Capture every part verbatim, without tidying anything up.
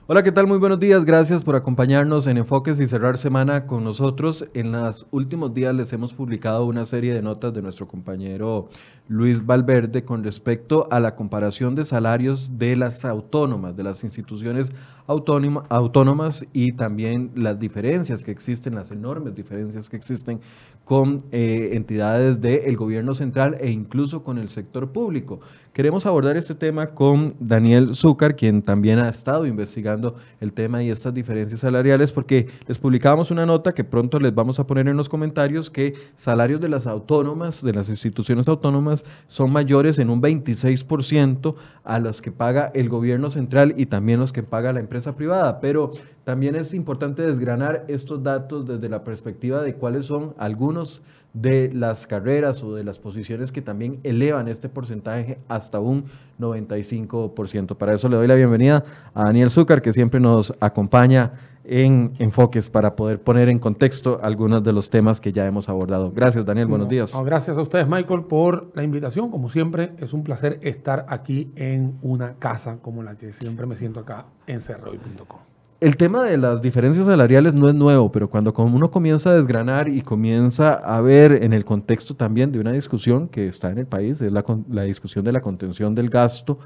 Hola, ¿qué tal? Muy buenos días. Gracias por acompañarnos en Enfoques y cerrar semana con nosotros. En los últimos días les hemos publicado una serie de notas de nuestro compañero Luis Valverde con respecto a la comparación de salarios de las autónomas, de las instituciones autónoma, autónomas y también las diferencias que existen, las enormes diferencias que existen con eh, entidades del gobierno central e incluso con el sector público. Queremos abordar este tema con Daniel Zúcar, quien también ha estado investigando el tema y estas diferencias salariales, porque les publicábamos una nota que pronto les vamos a poner en los comentarios, que salarios de las autónomas, de las instituciones autónomas, son mayores en un veintiséis por ciento a los que paga el gobierno central y también los que paga la empresa privada, pero también es importante desgranar estos datos desde la perspectiva de cuáles son algunos de las carreras o de las posiciones que también elevan este porcentaje hasta un noventa y cinco por ciento. Para eso le doy la bienvenida a Daniel Zúcar, que siempre nos acompaña en Enfoques para poder poner en contexto algunos de los temas que ya hemos abordado. Gracias, Daniel, buenos días. No, gracias a ustedes, Michael, por la invitación. Como siempre, es un placer estar aquí en una casa como la que siempre me siento acá en cerroy punto com. El tema de las diferencias salariales no es nuevo, pero cuando uno comienza a desgranar y comienza a ver en el contexto también de una discusión que está en el país, es la, la discusión de la contención del gasto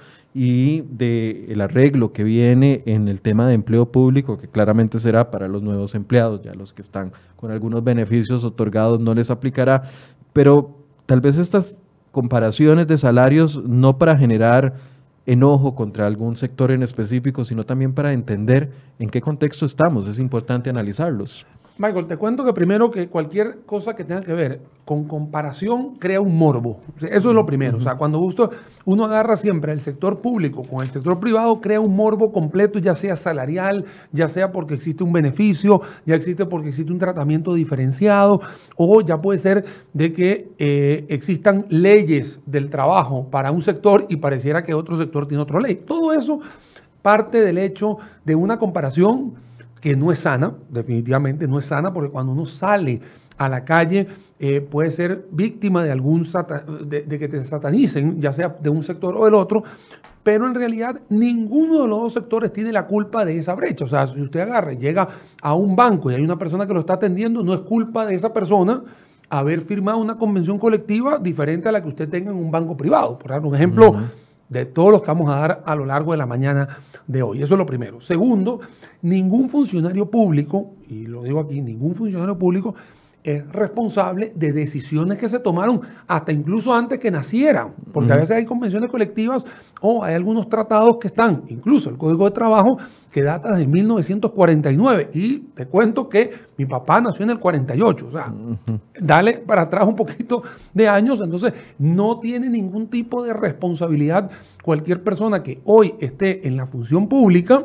y del arreglo que viene en el tema de empleo público, que claramente será para los nuevos empleados, ya los que están con algunos beneficios otorgados no les aplicará, pero tal vez estas comparaciones de salarios no para generar enojo contra algún sector en específico, sino también para entender en qué contexto estamos. Es importante analizarlos. Michael, te cuento que primero que cualquier cosa que tenga que ver con comparación crea un morbo. Eso es lo primero. Uh-huh. O sea, cuando uno, uno agarra siempre el sector público con el sector privado, crea un morbo completo, ya sea salarial, ya sea porque existe un beneficio, ya existe porque existe un tratamiento diferenciado, o ya puede ser de que eh, existan leyes del trabajo para un sector y pareciera que otro sector tiene otra ley. Todo eso parte del hecho de una comparación que no es sana, definitivamente no es sana, porque cuando uno sale a la calle eh, puede ser víctima de algún sata, de, de que te satanicen, ya sea de un sector o del otro, pero en realidad ninguno de los dos sectores tiene la culpa de esa brecha. O sea, si usted agarra y llega a un banco y hay una persona que lo está atendiendo, no es culpa de esa persona haber firmado una convención colectiva diferente a la que usted tenga en un banco privado. Por ejemplo, un ejemplo uh-huh. de todos los que vamos a dar a lo largo de la mañana de hoy. Eso es lo primero. Segundo, ningún funcionario público, y lo digo aquí, ningún funcionario público es responsable de decisiones que se tomaron hasta incluso antes que nacieran, porque uh-huh. a veces hay convenciones colectivas o hay algunos tratados que están, incluso el Código de Trabajo, que data de mil novecientos cuarenta y nueve, y te cuento que mi papá nació en el cuarenta y ocho, o sea, uh-huh. dale para atrás un poquito de años, entonces no tiene ningún tipo de responsabilidad cualquier persona que hoy esté en la función pública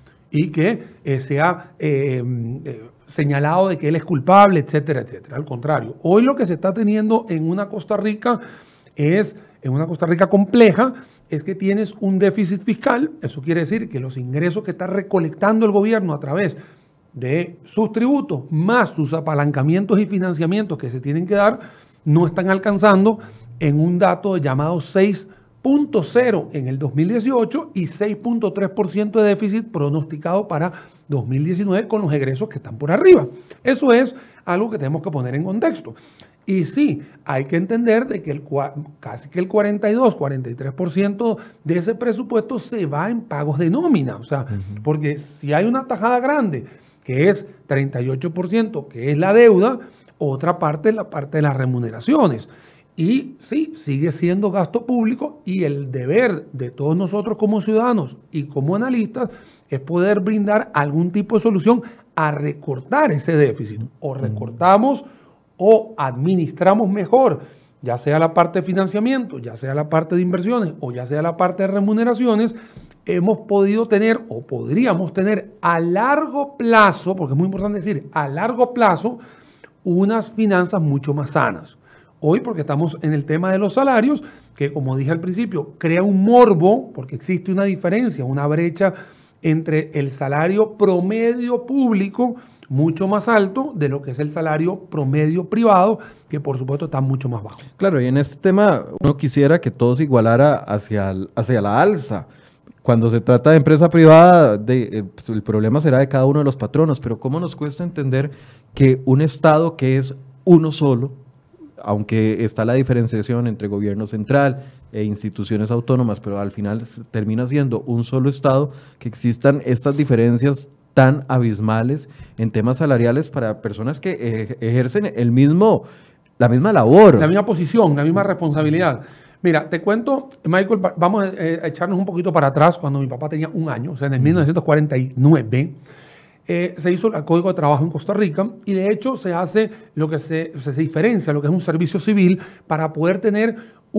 y que eh, sea eh, eh, señalado de que él es culpable, etcétera, etcétera. Al contrario, hoy lo que se está teniendo en una Costa Rica es, en una Costa Rica compleja, es que tienes un déficit fiscal. Eso quiere decir que los ingresos que está recolectando el gobierno a través de sus tributos, más sus apalancamientos y financiamientos que se tienen que dar, no están alcanzando en un dato llamado seis punto cero en el dos mil dieciocho y seis punto tres por ciento de déficit pronosticado para dos mil diecinueve con los egresos que están por arriba. Eso es algo que tenemos que poner en contexto. Y sí, hay que entender de que el, casi que el cuarenta y dos, cuarenta y tres por ciento de ese presupuesto se va en pagos de nómina. O sea, uh-huh. porque si hay una tajada grande, que es treinta y ocho por ciento, que es la deuda, otra parte es la parte de las remuneraciones. Y sí, sigue siendo gasto público y el deber de todos nosotros como ciudadanos y como analistas es poder brindar algún tipo de solución a recortar ese déficit. O recortamos o administramos mejor, ya sea la parte de financiamiento, ya sea la parte de inversiones o ya sea la parte de remuneraciones, hemos podido tener o podríamos tener a largo plazo, porque es muy importante decir, a largo plazo, unas finanzas mucho más sanas. Hoy, porque estamos en el tema de los salarios, que como dije al principio, crea un morbo, porque existe una diferencia, una brecha entre el salario promedio público mucho más alto de lo que es el salario promedio privado, que por supuesto está mucho más bajo. Claro, y en este tema uno quisiera que todo se igualara hacia, el, hacia la alza. Cuando se trata de empresa privada, de, eh, pues el problema será de cada uno de los patronos, pero ¿cómo nos cuesta entender que un Estado que es uno solo, aunque está la diferenciación entre gobierno central e instituciones autónomas, pero al final termina siendo un solo Estado, que existan estas diferencias tan abismales en temas salariales para personas que eh, ejercen el mismo, la misma labor? La misma posición, la misma responsabilidad. Mira, te cuento, Michael, vamos a echarnos un poquito para atrás, cuando mi papá tenía un año, o sea, en el mil novecientos cuarenta y nueve, eh, se hizo el Código de Trabajo en Costa Rica y de hecho se hace lo que se, se diferencia, lo que es un servicio civil, para poder tener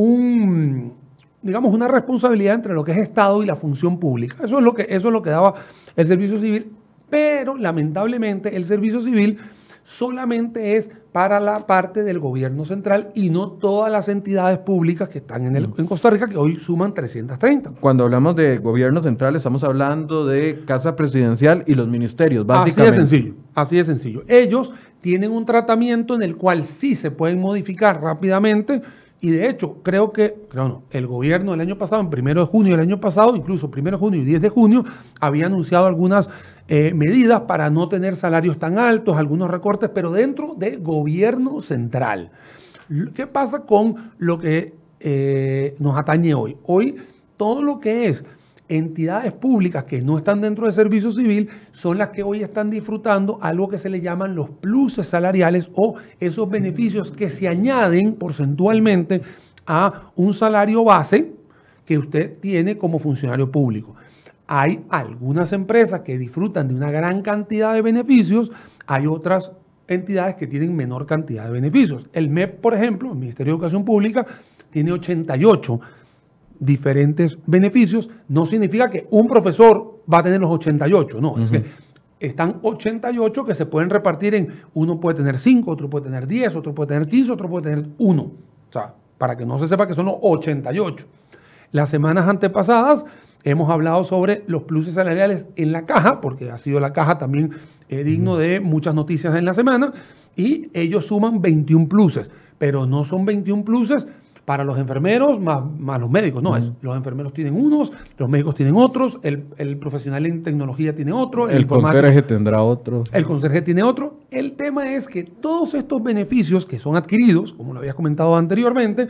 un, digamos, una responsabilidad entre lo que es Estado y la función pública. Eso es lo que, eso es lo que daba el servicio civil, pero lamentablemente el servicio civil solamente es para la parte del gobierno central y no todas las entidades públicas que están en, el, en Costa Rica, que hoy suman trescientos treinta. Cuando hablamos de gobierno central, estamos hablando de Casa Presidencial y los ministerios, básicamente. Así de sencillo, así de sencillo. Ellos tienen un tratamiento en el cual sí se pueden modificar rápidamente y de hecho, creo que, creo no, el gobierno del año pasado, en primero de junio del año pasado, incluso primero de junio y diez de junio, había anunciado algunas eh, medidas para no tener salarios tan altos, algunos recortes, pero dentro del gobierno central. ¿Qué pasa con lo que eh, nos atañe hoy? Hoy, todo lo que es entidades públicas que no están dentro del servicio civil son las que hoy están disfrutando algo que se le llaman los pluses salariales o esos beneficios que se añaden porcentualmente a un salario base que usted tiene como funcionario público. Hay algunas empresas que disfrutan de una gran cantidad de beneficios, hay otras entidades que tienen menor cantidad de beneficios. El M E P, por ejemplo, el Ministerio de Educación Pública, tiene ochenta y ocho diferentes beneficios. No significa que un profesor va a tener los ochenta y ocho, no, uh-huh. Es que están ochenta y ocho que se pueden repartir en, uno puede tener cinco, otro puede tener diez, otro puede tener quince, otro puede tener uno. O sea, para que no se sepa que son los ochenta y ocho. Las semanas antepasadas hemos hablado sobre los pluses salariales en la caja, porque ha sido la caja también eh, digno uh-huh. de muchas noticias en la semana, y ellos suman veintiún pluses, pero no son veintiún pluses para los enfermeros más, más los médicos, no, uh-huh. es, los enfermeros tienen unos, los médicos tienen otros, el, el profesional en tecnología tiene otro, el, el conserje tendrá otro. El conserje tiene otro. El tema es que todos estos beneficios que son adquiridos, como lo había comentado anteriormente,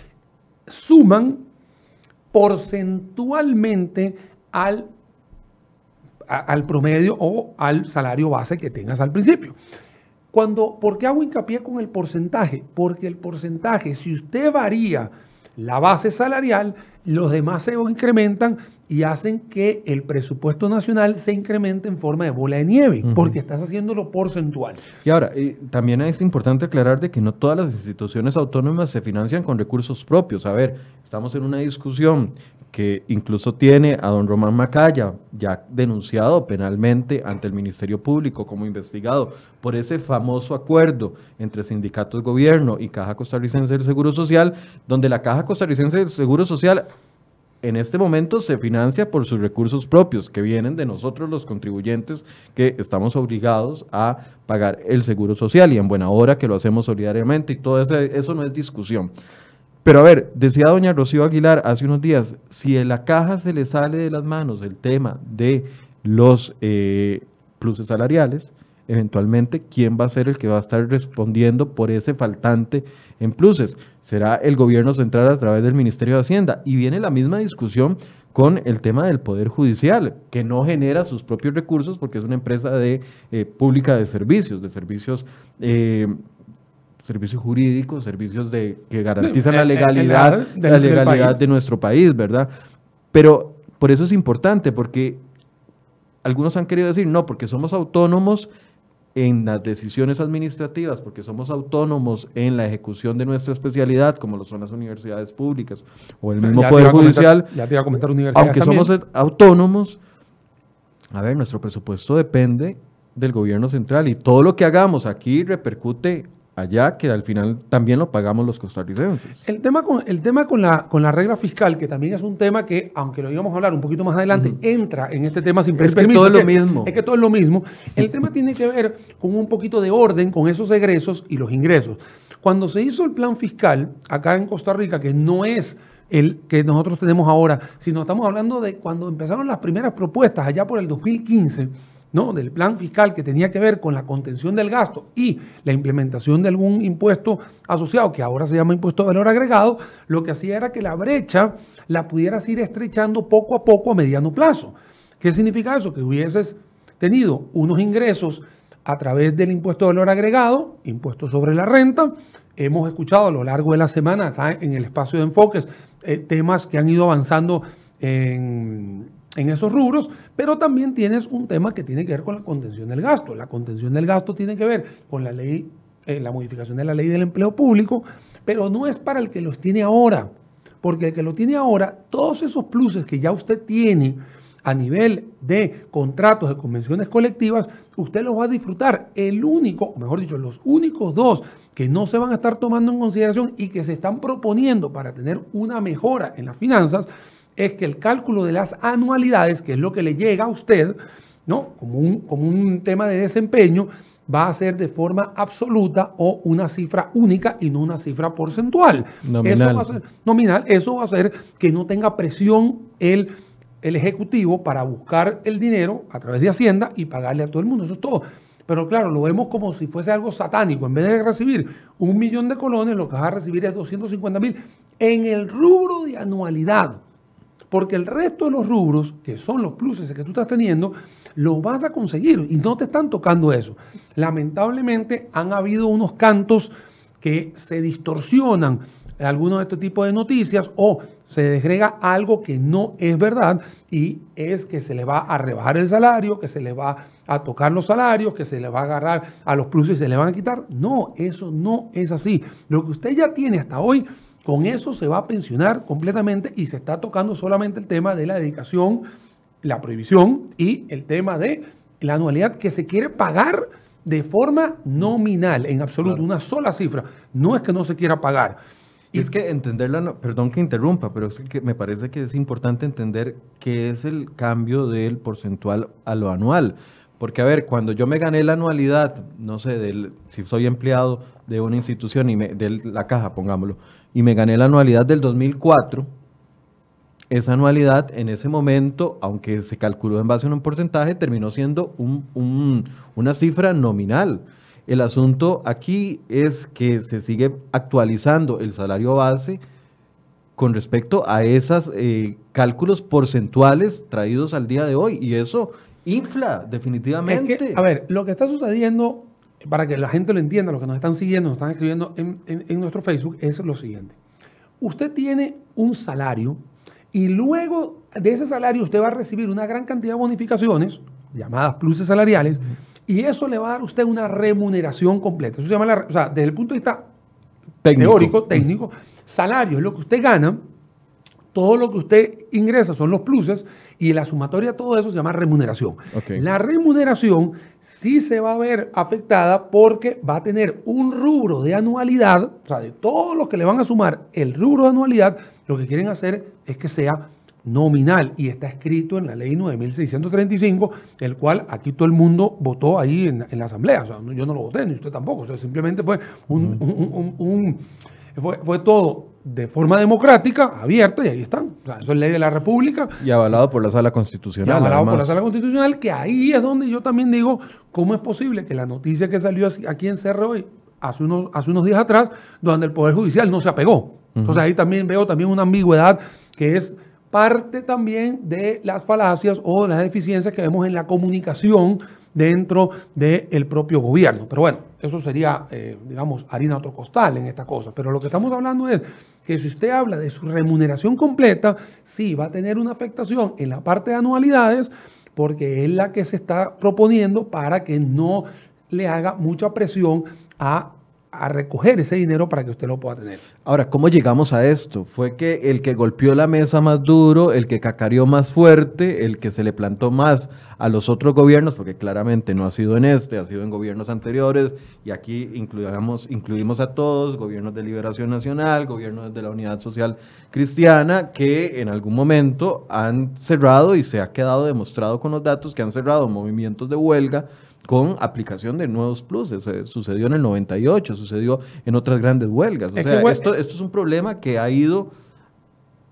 suman porcentualmente al, a, al promedio o al salario base que tengas al principio. Cuando, ¿por qué hago hincapié con el porcentaje? Porque el porcentaje, si usted varía la base salarial, los demás se incrementan y hacen que el presupuesto nacional se incremente en forma de bola de nieve, uh-huh. porque estás haciéndolo porcentual. Y ahora, eh, también es importante aclarar de que no todas las instituciones autónomas se financian con recursos propios. A ver, estamos en una discusión que incluso tiene a don Román Macaya, ya denunciado penalmente ante el Ministerio Público como investigado por ese famoso acuerdo entre sindicatos, gobierno y Caja Costarricense del Seguro Social, donde la Caja Costarricense del Seguro Social en este momento se financia por sus recursos propios, que vienen de nosotros los contribuyentes que estamos obligados a pagar el Seguro Social y en buena hora que lo hacemos solidariamente y todo eso, eso no es discusión. Pero a ver, decía doña Rocío Aguilar hace unos días, si a la caja se le sale de las manos el tema de los eh, pluses salariales, eventualmente, ¿quién va a ser el que va a estar respondiendo por ese faltante en pluses? Será el gobierno central a través del Ministerio de Hacienda. Y viene la misma discusión con el tema del Poder Judicial, que no genera sus propios recursos porque es una empresa de, eh, pública de servicios, de servicios... Eh, servicios jurídicos, servicios de, que garantizan la legalidad, del, la legalidad de nuestro país, ¿verdad? Pero por eso es importante, porque algunos han querido decir, no, porque somos autónomos en las decisiones administrativas, porque somos autónomos en la ejecución de nuestra especialidad, como lo son las universidades públicas o el mismo ya Poder Judicial, comentar, ya te iba a comentar universidades aunque también. somos autónomos, a ver, nuestro presupuesto depende del gobierno central y todo lo que hagamos aquí repercute allá, que al final también lo pagamos los costarricenses. El tema con, el tema con, la, con la regla fiscal, que también es un tema que, aunque lo íbamos a hablar un poquito más adelante, uh-huh. entra en este tema sin pedir Es que permiso. todo es lo que, mismo. Es que todo es lo mismo. El tema tiene que ver con un poquito de orden, con esos egresos y los ingresos. Cuando se hizo el plan fiscal acá en Costa Rica, que no es el que nosotros tenemos ahora, sino estamos hablando de cuando empezaron las primeras propuestas allá por el dos mil quince, ¿no? Del plan fiscal que tenía que ver con la contención del gasto y la implementación de algún impuesto asociado, que ahora se llama impuesto de valor agregado, lo que hacía era que la brecha la pudieras ir estrechando poco a poco a mediano plazo. ¿Qué significa eso? Que hubieses tenido unos ingresos a través del impuesto de valor agregado, impuesto sobre la renta. Hemos escuchado a lo largo de la semana acá en el espacio de enfoques eh, temas que han ido avanzando en, en esos rubros, pero también tienes un tema que tiene que ver con la contención del gasto. La contención del gasto tiene que ver con la ley, eh, la modificación de la ley del empleo público, pero no es para el que los tiene ahora, porque el que lo tiene ahora, todos esos pluses que ya usted tiene a nivel de contratos, de convenciones colectivas, usted los va a disfrutar. El único, o mejor dicho, los únicos dos que no se van a estar tomando en consideración y que se están proponiendo para tener una mejora en las finanzas, es que el cálculo de las anualidades, que es lo que le llega a usted, ¿no? Como un, como un tema de desempeño, va a ser de forma absoluta o una cifra única y no una cifra porcentual. Nominal. Eso va a ser, nominal, eso va a hacer que no tenga presión el el Ejecutivo para buscar el dinero a través de Hacienda y pagarle a todo el mundo. Eso es todo. Pero claro, lo vemos como si fuese algo satánico. En vez de recibir un millón de colones, lo que vas a recibir es doscientos cincuenta mil en el rubro de anualidad. Porque el resto de los rubros, que son los pluses que tú estás teniendo, los vas a conseguir y no te están tocando eso. Lamentablemente han habido unos cantos que se distorsionan algunos de este tipo de noticias o se desgrega algo que no es verdad y es que se le va a rebajar el salario, que se le va a tocar los salarios, que se le va a agarrar a los pluses y se le van a quitar. No, eso no es así. Lo que usted ya tiene hasta hoy, con eso se va a pensionar completamente y se está tocando solamente el tema de la dedicación, la prohibición y el tema de la anualidad que se quiere pagar de forma nominal, en absoluto, claro. Una sola cifra. No es que no se quiera pagar. Y es que entenderla, perdón que interrumpa, pero es que me parece que es importante entender qué es el cambio del porcentual a lo anual. Porque, a ver, cuando yo me gané la anualidad, no sé, del, si soy empleado de una institución, y me, de la caja, pongámoslo, y me gané la anualidad del dos mil cuatro, esa anualidad en ese momento, aunque se calculó en base a un porcentaje, terminó siendo un, un, una cifra nominal. El asunto aquí es que se sigue actualizando el salario base con respecto a esos eh, cálculos porcentuales traídos al día de hoy, y eso infla definitivamente. Es que, a ver, lo que está sucediendo, para que la gente lo entienda, los que nos están siguiendo, nos están escribiendo en, en, en nuestro Facebook, es lo siguiente. Usted tiene un salario y luego de ese salario usted va a recibir una gran cantidad de bonificaciones, llamadas pluses salariales, y eso le va a dar a usted una remuneración completa. Eso se llama, la, o sea, desde el punto de vista técnico. teórico, técnico, salario es lo que usted gana, todo lo que usted ingresa son los pluses, y la sumatoria de todo eso se llama remuneración. Okay. La remuneración sí se va a ver afectada porque va a tener un rubro de anualidad, o sea, de todos los que le van a sumar el rubro de anualidad, lo que quieren hacer es que sea nominal, y está escrito en la ley nueve mil seiscientos treinta y cinco, el cual aquí todo el mundo votó ahí en, en la asamblea. O sea, yo no lo voté, ni usted tampoco. O sea, simplemente fue un, un, un, un, un fue, fue todo de forma democrática, abierta, y ahí están. O sea, eso es ley de la República. Y avalado por la Sala Constitucional. Y avalado además. por la Sala Constitucional, que ahí es donde yo también digo, ¿cómo es posible que la noticia que salió aquí en C R hoy, hace unos, hace unos días atrás, donde el Poder Judicial no se apegó? Uh-huh. Entonces ahí también veo también una ambigüedad que es parte también de las falacias o de las deficiencias que vemos en la comunicación dentro del propio gobierno. Pero bueno, eso sería, eh, digamos, harina otro costal en esta cosa. Pero lo que estamos hablando es que si usted habla de su remuneración completa, sí va a tener una afectación en la parte de anualidades, porque es la que se está proponiendo para que no le haga mucha presión a a recoger ese dinero para que usted lo pueda tener. Ahora, ¿cómo llegamos a esto? Fue que el que golpeó la mesa más duro, el que cacareó más fuerte, el que se le plantó más a los otros gobiernos, porque claramente no ha sido en este, ha sido en gobiernos anteriores, y aquí incluimos, incluimos a todos, gobiernos de Liberación Nacional, gobiernos de la Unidad Social Cristiana, que en algún momento han cerrado, y se ha quedado demostrado con los datos, que han cerrado movimientos de huelga con aplicación de nuevos pluses. Eh, sucedió en el noventa y ocho, sucedió en otras grandes huelgas. O es sea, que, esto, esto es un problema que ha ido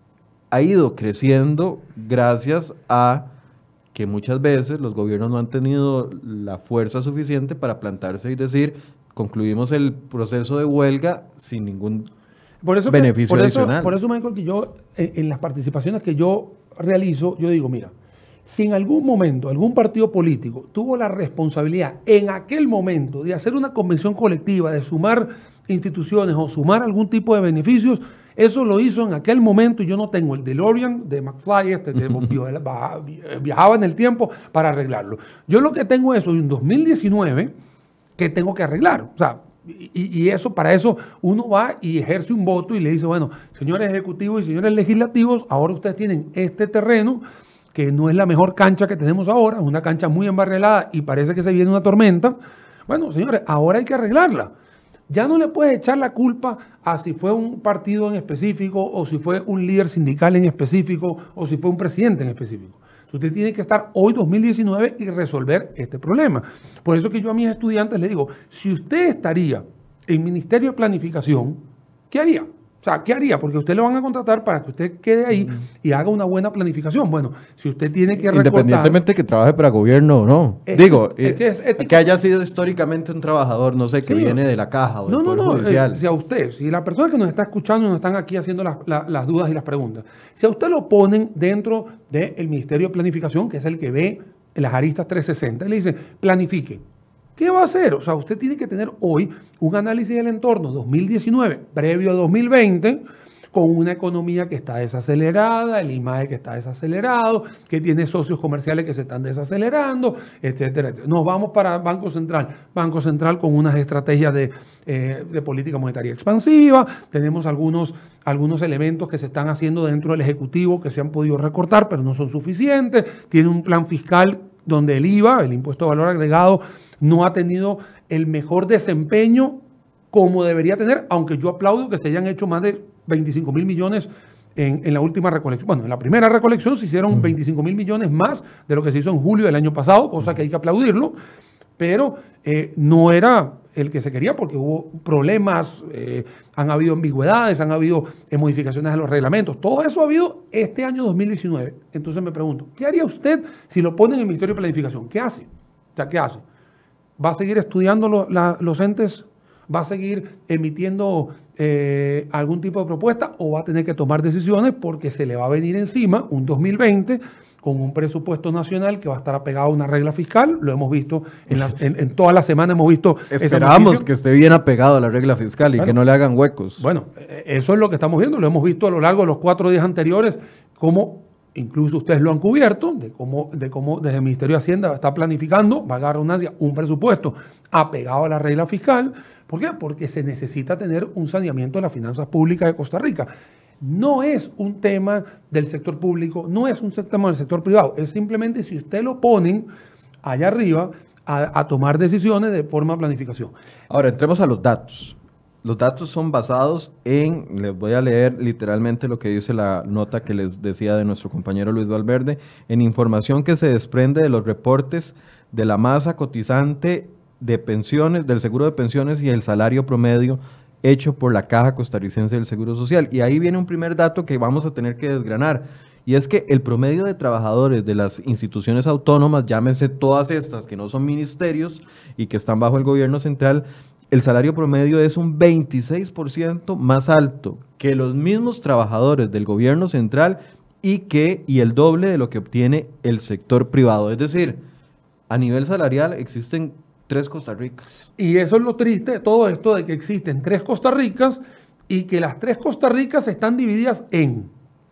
ha ido creciendo gracias a que muchas veces los gobiernos no han tenido la fuerza suficiente para plantarse y decir, concluimos el proceso de huelga sin ningún por eso beneficio que, por adicional. Eso, por eso, Michael, que yo, en, en las participaciones que yo realizo, yo digo, mira, si en algún momento algún partido político tuvo la responsabilidad en aquel momento de hacer una convención colectiva, de sumar instituciones o sumar algún tipo de beneficios, eso lo hizo en aquel momento y yo no tengo el DeLorean de McFly, este, de, viajaba en el tiempo para arreglarlo. Yo lo que tengo es hoy un dos mil diecinueve que tengo que arreglar. O sea, y, y eso, para eso uno va y ejerce un voto y le dice, bueno, señores ejecutivos y señores legislativos, ahora ustedes tienen este terreno que no es la mejor cancha que tenemos ahora, es una cancha muy embarrelada y parece que se viene una tormenta. Bueno, señores, ahora hay que arreglarla. Ya no le puedes echar la culpa a si fue un partido en específico o si fue un líder sindical en específico o si fue un presidente en específico. Usted tiene que estar hoy, dos mil diecinueve, y resolver este problema. Por eso que yo a mis estudiantes les digo, si usted estaría en Ministerio de Planificación, ¿qué haría? O sea, ¿qué haría? Porque usted lo van a contratar para que usted quede ahí y haga una buena planificación. Bueno, si usted tiene que recortar... Independientemente que trabaje para gobierno o no. Es, Digo, es que, es ético, que haya sido históricamente un trabajador, no sé, que sí, viene de la caja o del no, Poder no, no, Judicial. Eh, si a usted, si la persona que nos está escuchando nos están aquí haciendo las, la, las dudas y las preguntas, si a usted lo ponen dentro del Ministerio de Planificación, que es el que ve las aristas trescientos sesenta, y le dicen, planifique. ¿Qué va a hacer? O sea, usted tiene que tener hoy un análisis del entorno dos mil diecinueve, previo a dos mil veinte, con una economía que está desacelerada, el I M A E que está desacelerado, que tiene socios comerciales que se están desacelerando, etcétera, etcétera. Nos vamos para Banco Central. Banco Central con unas estrategias de, eh, de política monetaria expansiva. Tenemos algunos, algunos elementos que se están haciendo dentro del Ejecutivo que se han podido recortar, pero no son suficientes. Tiene un plan fiscal donde el I V A, el Impuesto de Valor Agregado, no ha tenido el mejor desempeño como debería tener, aunque yo aplaudo que se hayan hecho más de veinticinco mil millones en, en la última recolección. Bueno, en la primera recolección se hicieron veinticinco mil millones más de lo que se hizo en julio del año pasado, cosa que hay que aplaudirlo, pero eh, no era el que se quería porque hubo problemas, eh, han habido ambigüedades, han habido eh, modificaciones de los reglamentos. Todo eso ha habido este año dos mil diecinueve. Entonces me pregunto, ¿qué haría usted si lo ponen en el Ministerio de Planificación? ¿Qué hace? O sea, ¿qué hace? ¿Va a seguir estudiando lo, la, los entes? ¿Va a seguir emitiendo eh, algún tipo de propuesta o va a tener que tomar decisiones porque se le va a venir encima un dos mil veinte con un presupuesto nacional que va a estar apegado a una regla fiscal? Lo hemos visto en, la, en, en toda la semana, hemos visto... Esperamos que esté bien apegado a la regla fiscal y bueno, que no le hagan huecos. Bueno, eso es lo que estamos viendo, lo hemos visto a lo largo de los cuatro días anteriores, cómo incluso ustedes lo han cubierto, de cómo, de cómo desde el Ministerio de Hacienda está planificando, valga la redundancia, un presupuesto apegado a la regla fiscal. ¿Por qué? Porque se necesita tener un saneamiento de las finanzas públicas de Costa Rica. No es un tema del sector público, no es un tema del sector privado, es simplemente si usted lo ponen allá arriba a, a tomar decisiones de forma de planificación. Ahora, entremos a los datos. Los datos son basados en, les voy a leer literalmente lo que dice la nota que les decía de nuestro compañero Luis Valverde, en información que se desprende de los reportes de la masa cotizante de pensiones, del seguro de pensiones y el salario promedio hecho por la Caja Costarricense del Seguro Social. Y ahí viene un primer dato que vamos a tener que desgranar, y es que el promedio de trabajadores de las instituciones autónomas, llámese todas estas que no son ministerios y que están bajo el gobierno central, el salario promedio es un veintiséis por ciento más alto que los mismos trabajadores del gobierno central y, que, y el doble de lo que obtiene el sector privado. Es decir, a nivel salarial existen tres Costa Ricas. Y eso es lo triste de todo esto, de que existen tres Costa Ricas y que las tres Costa Ricas están divididas en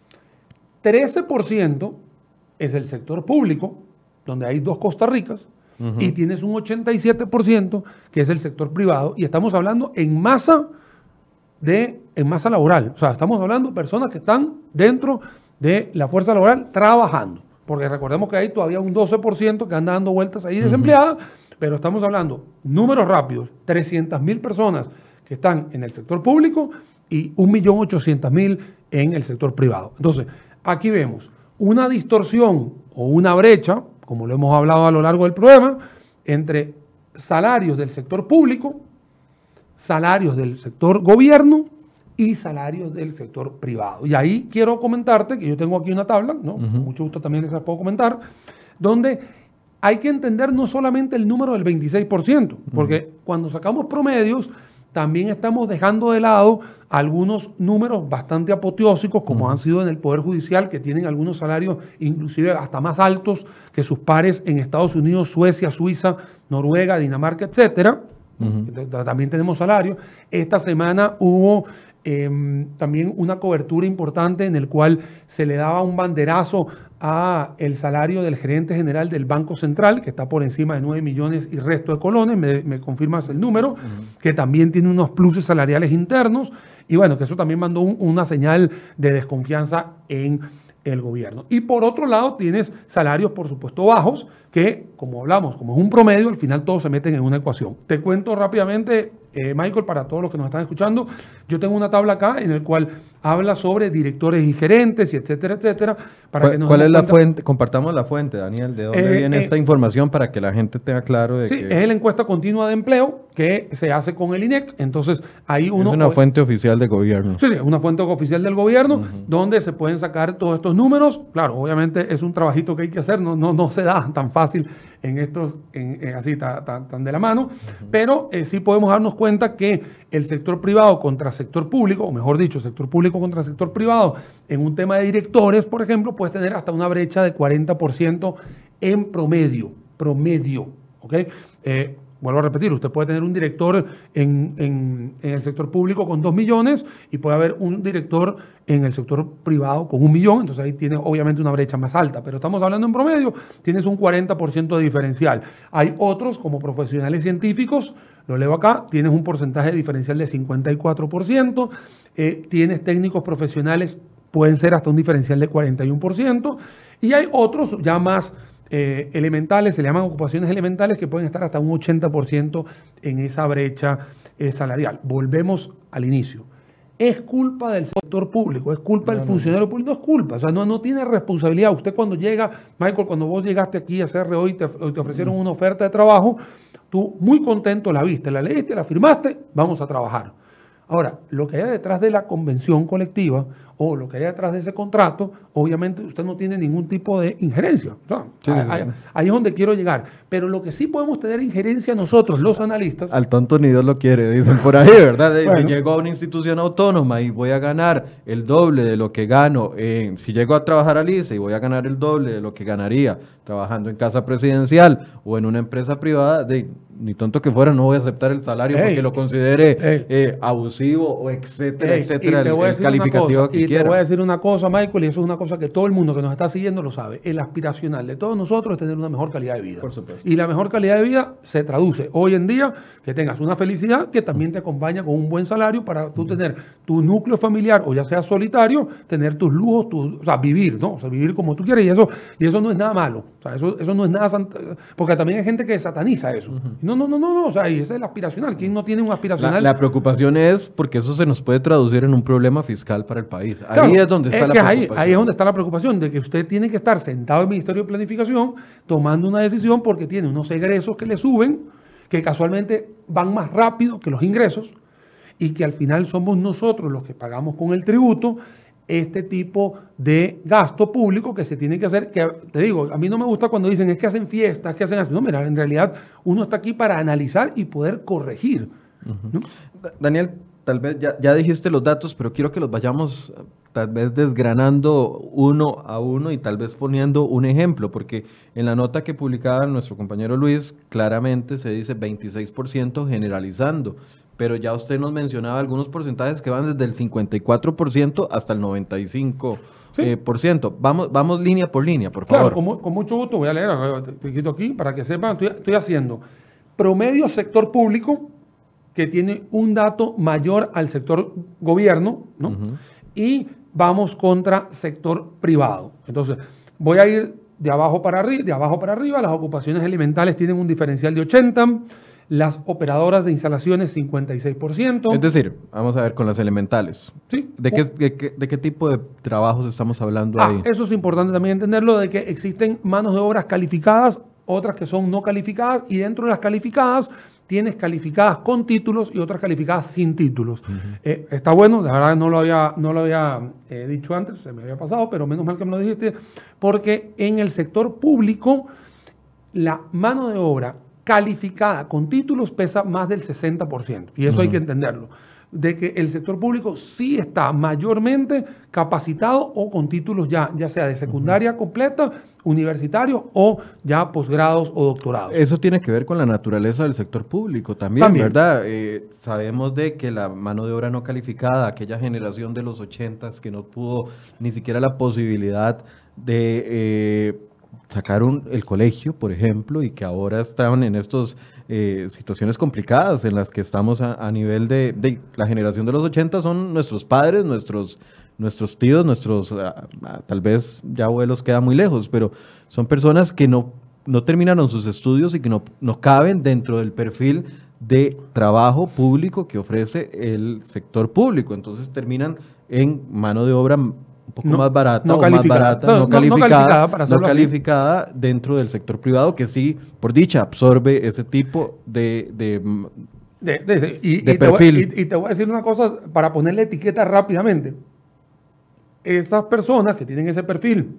trece por ciento es el sector público, donde hay dos Costa Ricas, uh-huh. y tienes un ochenta y siete por ciento que es el sector privado, y estamos hablando en masa de, en masa laboral. O sea, estamos hablando de personas que están dentro de la fuerza laboral trabajando, porque recordemos que hay todavía un doce por ciento que anda dando vueltas ahí desempleadas, uh-huh. pero estamos hablando, números rápidos, trescientas mil personas que están en el sector público y un millón ochocientas mil en el sector privado. Entonces, aquí vemos una distorsión o una brecha, como lo hemos hablado a lo largo del programa, entre salarios del sector público, salarios del sector gobierno y salarios del sector privado. Y ahí quiero comentarte, que yo tengo aquí una tabla, ¿no? Uh-huh. Con mucho gusto también les la puedo comentar, donde hay que entender no solamente el número del veintiséis por ciento, porque uh-huh. cuando sacamos promedios, también estamos dejando de lado algunos números bastante apoteósicos, como uh-huh. han sido en el Poder Judicial, que tienen algunos salarios inclusive hasta más altos que sus pares en Estados Unidos, Suecia, Suiza, Noruega, Dinamarca, etcétera. Uh-huh. También tenemos salarios. Esta semana hubo eh, también una cobertura importante en el cual se le daba un banderazo a el salario del gerente general del Banco Central, que está por encima de nueve millones y resto de colones, me, me confirmas el número, uh-huh. que también tiene unos pluses salariales internos, y bueno, que eso también mandó un, una señal de desconfianza en el gobierno. Y por otro lado tienes salarios, por supuesto, bajos, que, como hablamos, como es un promedio, al final todos se meten en una ecuación. Te cuento rápidamente, eh, Michael, para todos los que nos están escuchando, yo tengo una tabla acá en la cual habla sobre directores y gerentes, y etcétera, etcétera. Para ¿Cuál, que nos ¿cuál es la cuenta? fuente? Compartamos la fuente, Daniel, ¿de dónde eh, viene eh, esta información para que la gente tenga claro de sí, que... es la encuesta continua de empleo que se hace con el I N E C, entonces ahí uno... Es una fuente oficial de gobierno. Sí, sí, una fuente oficial del gobierno, uh-huh. donde se pueden sacar todos estos números. Claro, obviamente es un trabajito que hay que hacer, no, no, no se da tan fácil en estos, en, en así tan, tan, tan de la mano, uh-huh. pero eh, sí podemos darnos cuenta que el sector privado contra sector público, o mejor dicho, sector público contra sector privado, en un tema de directores, por ejemplo, puedes tener hasta una brecha de cuarenta por ciento en promedio, promedio, ¿ok? Eh, Vuelvo a repetir, usted puede tener un director en, en, en el sector público con dos millones y puede haber un director en el sector privado con un millón, entonces ahí tiene obviamente una brecha más alta, pero estamos hablando en promedio, tienes un cuarenta por ciento de diferencial. Hay otros como profesionales científicos, lo leo acá, tienes un porcentaje diferencial de cincuenta y cuatro por ciento, eh, tienes técnicos profesionales, pueden ser hasta un diferencial de cuarenta y uno por ciento, y hay otros ya más... Eh, elementales, se le llaman ocupaciones elementales, que pueden estar hasta un ochenta por ciento en esa brecha eh, salarial. Volvemos al inicio. ¿Es culpa del sector público? ¿Es culpa no, del funcionario no. público? No es culpa, o sea, no, no tiene responsabilidad. Usted cuando llega, Michael, cuando vos llegaste aquí a C R O y te, te ofrecieron una oferta de trabajo, tú muy contento la viste, la leíste, la firmaste, vamos a trabajar. Ahora, lo que hay detrás de la convención colectiva o lo que hay detrás de ese contrato, obviamente usted no tiene ningún tipo de injerencia. O sea, sí, ahí, sí. ahí es donde quiero llegar. Pero lo que sí podemos tener injerencia nosotros, los analistas... Al tonto ni Dios lo quiere, dicen por ahí, ¿verdad? Bueno. Si llego a una institución autónoma y voy a ganar el doble de lo que gano, eh, si llego a trabajar al I C E y voy a ganar el doble de lo que ganaría trabajando en casa presidencial o en una empresa privada, de, ni tonto que fuera, no voy a aceptar el salario Ey. porque lo considere eh, abusivo o etcétera, Ey. etcétera, el, el calificativo que y quiera. Te voy a decir una cosa, Michael, y eso es una cosa que todo el mundo que nos está siguiendo lo sabe. El aspiracional de todos nosotros es tener una mejor calidad de vida. Por supuesto. Y la mejor calidad de vida se traduce hoy en día que tengas una felicidad que también te acompaña con un buen salario para tú tener tu núcleo familiar, o ya sea solitario, tener tus lujos, tu, o sea, vivir, ¿no? O sea, vivir como tú quieres, y eso, y eso no es nada malo. O sea, eso, eso no es nada, porque también hay gente que sataniza eso. Uh-huh. No, no, no, no, no, o sea, y ese es el aspiracional. ¿Quién no tiene un aspiracional? La, la preocupación es porque eso se nos puede traducir en un problema fiscal para el país. Ahí claro, es donde está es la que preocupación. Ahí, ahí es donde está la preocupación, de que usted tiene que estar sentado en el Ministerio de Planificación tomando una decisión porque tiene unos egresos que le suben, que casualmente van más rápido que los ingresos, y que al final somos nosotros los que pagamos con el tributo este tipo de gasto público que se tiene que hacer, que te digo, a mí no me gusta cuando dicen es que hacen fiestas, que hacen así. No, mira, en realidad uno está aquí para analizar y poder corregir. Uh-huh. ¿No? Daniel, tal vez ya, ya dijiste los datos, pero quiero que los vayamos tal vez desgranando uno a uno y tal vez poniendo un ejemplo, porque en la nota que publicaba nuestro compañero Luis, claramente se dice veintiséis por ciento generalizando, pero ya usted nos mencionaba algunos porcentajes que van desde el cincuenta y cuatro por ciento hasta el noventa y cinco por ciento. Sí. Eh, por ciento. Vamos, vamos línea por línea, por favor. Claro, con, con mucho gusto voy a leer, te quito aquí para que sepan, estoy, estoy haciendo promedio sector público, que tiene un dato mayor al sector gobierno, ¿no? Uh-huh. Y vamos contra sector privado. Entonces, voy a ir de abajo para arriba, de abajo para arriba. Las ocupaciones elementales tienen un diferencial de ochenta, las operadoras de instalaciones cincuenta y seis por ciento. Es decir, vamos a ver con las elementales. Sí. ¿De qué, de, qué, de qué tipo de trabajos estamos hablando ah, ahí? Eso es importante también entenderlo, de que existen manos de obras calificadas, otras que son no calificadas, y dentro de las calificadas tienes calificadas con títulos y otras calificadas sin títulos. Uh-huh. eh, está bueno, la verdad no lo había, no lo había eh, dicho antes, se me había pasado, pero menos mal que me lo dijiste, porque en el sector público la mano de obra calificada con títulos pesa más del sesenta por ciento, y eso uh-huh. hay que entenderlo, de que el sector público sí está mayormente capacitado o con títulos ya, ya sea de secundaria uh-huh. completa, universitarios o ya posgrados o doctorados. Eso tiene que ver con la naturaleza del sector público también, también. ¿verdad? Eh, sabemos de que la mano de obra no calificada, aquella generación de los ochentas que no pudo ni siquiera la posibilidad de eh, sacar un, el colegio, por ejemplo, y que ahora están en estas eh, situaciones complicadas en las que estamos a, a nivel de, de la generación de los ochenta, son nuestros padres, nuestros nuestros tíos, nuestros, uh, uh, tal vez ya abuelos queda muy lejos, pero son personas que no, no terminaron sus estudios y que no, no caben dentro del perfil de trabajo público que ofrece el sector público. Entonces terminan en mano de obra un poco no, más barata no o más barata, no, no, calificada, no calificada, para no calificada dentro del sector privado, que sí, por dicha, absorbe ese tipo de... de De, de, de, y, de y perfil. Te voy, y, y te voy a decir una cosa para ponerle etiqueta rápidamente. Esas personas que tienen ese perfil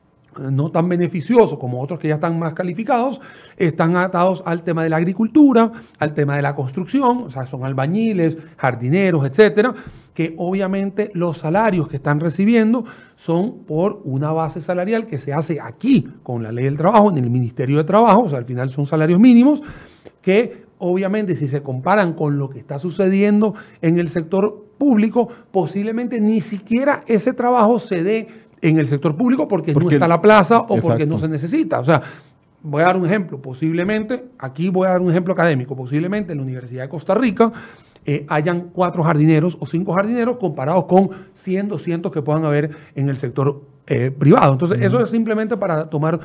no tan beneficioso como otros que ya están más calificados, están atados al tema de la agricultura, al tema de la construcción, o sea, son albañiles, jardineros, etcétera, que obviamente los salarios que están recibiendo son por una base salarial que se hace aquí con la ley del trabajo, en el Ministerio de Trabajo, o sea, al final son salarios mínimos, que obviamente si se comparan con lo que está sucediendo en el sector público, posiblemente ni siquiera ese trabajo se dé en el sector público porque, porque no está la plaza o exacto. porque no se necesita. O sea, voy a dar un ejemplo, posiblemente, aquí voy a dar un ejemplo académico, posiblemente en la Universidad de Costa Rica eh, hayan cuatro jardineros o cinco jardineros comparados con cien, doscientos que puedan haber en el sector eh, privado. Entonces, uh-huh. eso es simplemente para tomar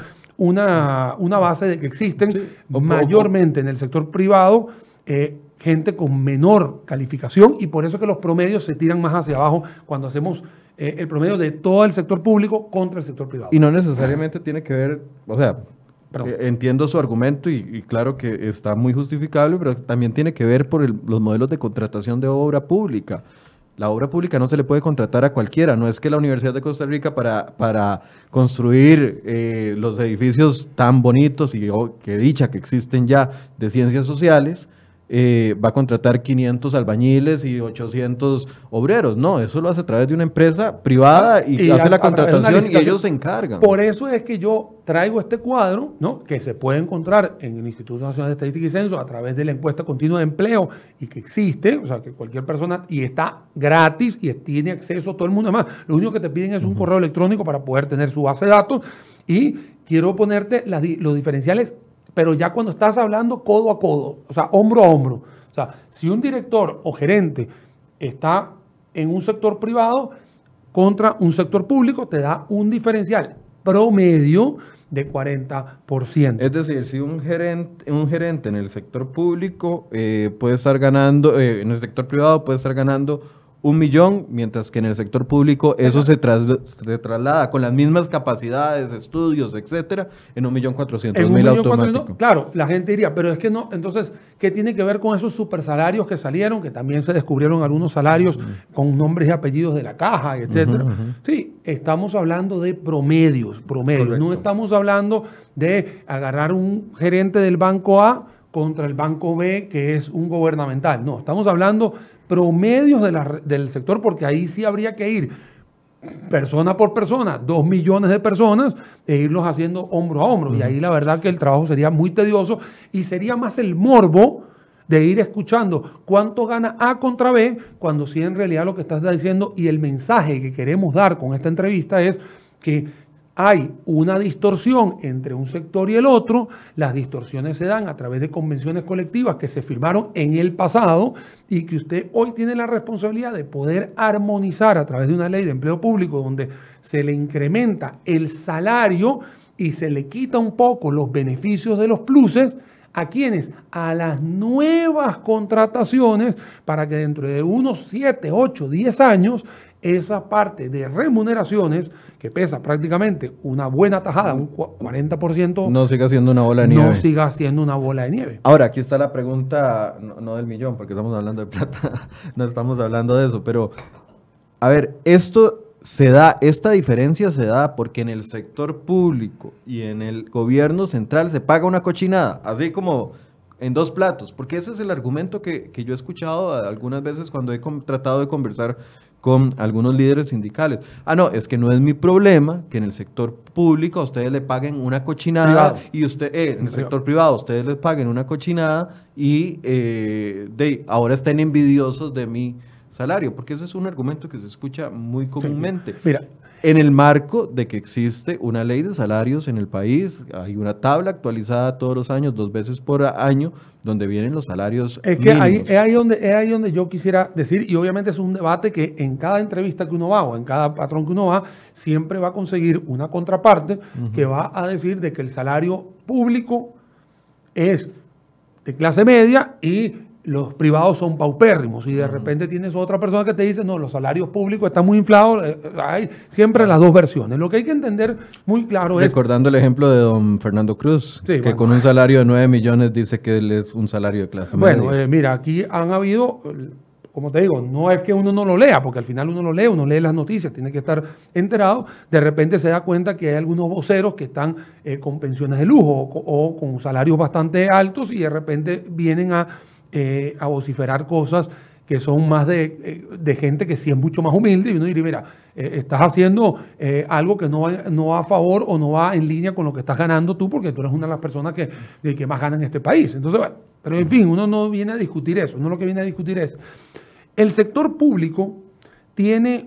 una, una base de que existen sí, mayormente en el sector privado eh, gente con menor calificación y por eso que los promedios se tiran más hacia abajo cuando hacemos eh, el promedio de todo el sector público contra el sector privado. Y no necesariamente tiene que ver, o sea, eh, entiendo su argumento y, y claro que está muy justificable, pero también tiene que ver por el, los modelos de contratación de obra pública. La obra pública no se le puede contratar a cualquiera, no es que la Universidad de Costa Rica para, para construir eh, los edificios tan bonitos y oh, que dicha que existen ya de ciencias sociales, Eh, va a contratar quinientos albañiles y ochocientos obreros. No, eso lo hace a través de una empresa privada y, y hace a, la contratación y ellos se encargan. Por eso es que yo traigo este cuadro, ¿no? Que se puede encontrar en el Instituto Nacional de Estadística y Censo a través de la encuesta continua de empleo y que existe, o sea, que cualquier persona, y está gratis y tiene acceso todo el mundo. Además, lo único que te piden es un uh-huh. correo electrónico para poder tener su base de datos y quiero ponerte las, los diferenciales pero ya cuando estás hablando codo a codo, o sea, hombro a hombro. O sea, si un director o gerente está en un sector privado contra un sector público, te da un diferencial promedio de cuarenta por ciento. Es decir, si un gerente, un gerente en el sector público eh, puede estar ganando, eh, en el sector privado puede estar ganando un millón, mientras que en el sector público eso se, tras, se traslada con las mismas capacidades, estudios, etcétera, en un millón cuatrocientos mil automático. Claro, la gente diría, pero es que no, entonces, ¿qué tiene que ver con esos supersalarios que salieron, que también se descubrieron algunos salarios uh-huh. con nombres y apellidos de la caja, etcétera? Uh-huh, uh-huh. Sí, estamos hablando de promedios, promedios. Correcto. No estamos hablando de agarrar un gerente del banco A contra el banco B, que es un gubernamental. No, estamos hablando promedios de la, del sector, porque ahí sí habría que ir persona por persona, dos millones de personas, e irlos haciendo hombro a hombro. Uh-huh. Y ahí la verdad que el trabajo sería muy tedioso y sería más el morbo de ir escuchando cuánto gana A contra B, cuando sí en realidad lo que estás diciendo y el mensaje que queremos dar con esta entrevista es que hay una distorsión entre un sector y el otro. Las distorsiones se dan a través de convenciones colectivas que se firmaron en el pasado y que usted hoy tiene la responsabilidad de poder armonizar a través de una ley de empleo público donde se le incrementa el salario y se le quita un poco los beneficios de los pluses ¿A quiénes? A las nuevas contrataciones para que dentro de unos siete, ocho, diez años esa parte de remuneraciones, que pesa prácticamente una buena tajada, un cuarenta por ciento, no siga siendo una bola de nieve. No siga siendo una bola de nieve. Ahora, aquí está la pregunta, no, no del millón, porque estamos hablando de plata, no estamos hablando de eso, pero, a ver, esto se da, esta diferencia se da porque en el sector público y en el gobierno central se paga una cochinada, así como en dos platos, porque ese es el argumento que, que yo he escuchado algunas veces cuando he con, tratado de conversar con algunos líderes sindicales. Ah, no, es que no es mi problema que en el sector público a ustedes le paguen una cochinada privado. y usted, eh, en el privado. sector privado a ustedes les paguen una cochinada y eh, de, ahora estén envidiosos de mi salario, porque ese es un argumento que se escucha muy comúnmente. Sí. Mira, en el marco de que existe una ley de salarios en el país, hay una tabla actualizada todos los años, dos veces por año, donde vienen los salarios es que mínimos. ahí, es, ahí donde, es ahí donde yo quisiera decir, y obviamente es un debate que en cada entrevista que uno va o en cada patrón que uno va, siempre va a conseguir una contraparte uh-huh. que va a decir de que el salario público es de clase media y los privados son paupérrimos, y de uh-huh. repente tienes otra persona que te dice, no, los salarios públicos están muy inflados. Eh, hay siempre las dos versiones. Lo que hay que entender muy claro es... Recordando el ejemplo de don Fernando Cruz, sí, que bueno, con un salario de nueve millones dice que él es un salario de clase bueno, media. Bueno, eh, mira, aquí han habido, como te digo, no es que uno no lo lea, porque al final uno lo lee, uno lee las noticias, tiene que estar enterado. De repente se da cuenta que hay algunos voceros que están eh, con pensiones de lujo o, o con salarios bastante altos y de repente vienen a... Eh, a vociferar cosas que son más de, eh, de gente que sí es mucho más humilde, y uno diría, mira, eh, estás haciendo eh, algo que no va, no va a favor o no va en línea con lo que estás ganando tú, porque tú eres una de las personas que, de que más ganan en este país. Entonces, bueno, pero en fin, uno no viene a discutir eso, uno lo que viene a discutir es, el sector público tiene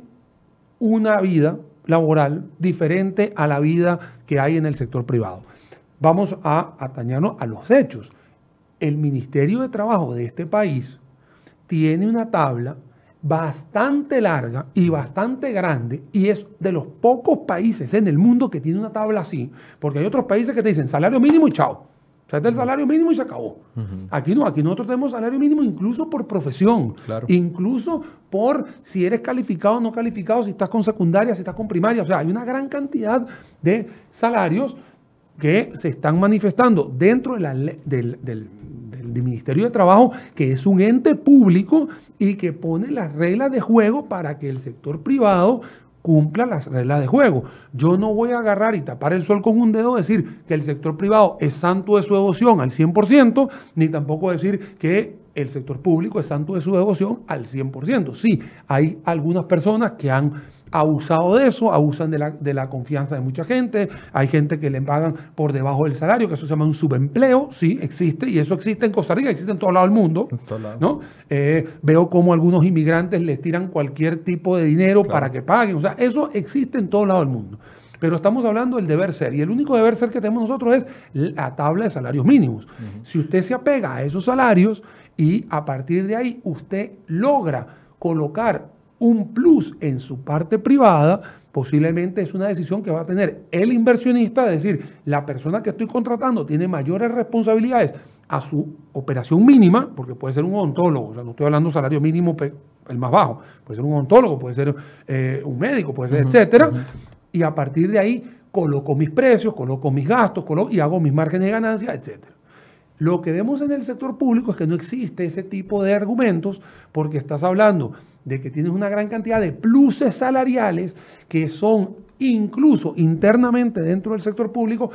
una vida laboral diferente a la vida que hay en el sector privado. Vamos a atañarnos a los hechos. El Ministerio de Trabajo de este país tiene una tabla bastante larga y bastante grande, y es de los pocos países en el mundo que tiene una tabla así, porque hay otros países que te dicen salario mínimo y chao. O sea, es del salario mínimo y se acabó. Uh-huh. Aquí no, aquí nosotros tenemos salario mínimo incluso por profesión, claro. incluso por si eres calificado o no calificado, si estás con secundaria, si estás con primaria. O sea, hay una gran cantidad de salarios que se están manifestando dentro de la, del, del, del, del Ministerio de Trabajo, que es un ente público y que pone las reglas de juego para que el sector privado cumpla las reglas de juego. Yo no voy a agarrar y tapar el sol con un dedo, decir que el sector privado es santo de su devoción al cien por ciento, ni tampoco decir que el sector público es santo de su devoción al cien por ciento. Sí, hay algunas personas que han abusado de eso, abusan de la, de la confianza de mucha gente, hay gente que le pagan por debajo del salario, que eso se llama un subempleo, sí, existe, y eso existe en Costa Rica, existe en todo lado del mundo, lado. ¿no? Eh, veo como algunos inmigrantes les tiran cualquier tipo de dinero claro. para que paguen, o sea, eso existe en todo lado del mundo. Pero estamos hablando del deber ser, y el único deber ser que tenemos nosotros es la tabla de salarios mínimos. Uh-huh. Si usted se apega a esos salarios y a partir de ahí usted logra colocar un plus en su parte privada, posiblemente es una decisión que va a tener el inversionista, es decir, la persona que estoy contratando tiene mayores responsabilidades a su operación mínima, porque puede ser un odontólogo, o sea, no estoy hablando de salario mínimo el más bajo, puede ser un odontólogo, puede ser eh, un médico, puede ser, uh-huh, etcétera, uh-huh. y a partir de ahí coloco mis precios, coloco mis gastos, coloco, y hago mis márgenes de ganancia, etcétera. Lo que vemos en el sector público es que no existe ese tipo de argumentos, porque estás hablando de que tienes una gran cantidad de pluses salariales que son incluso internamente dentro del sector público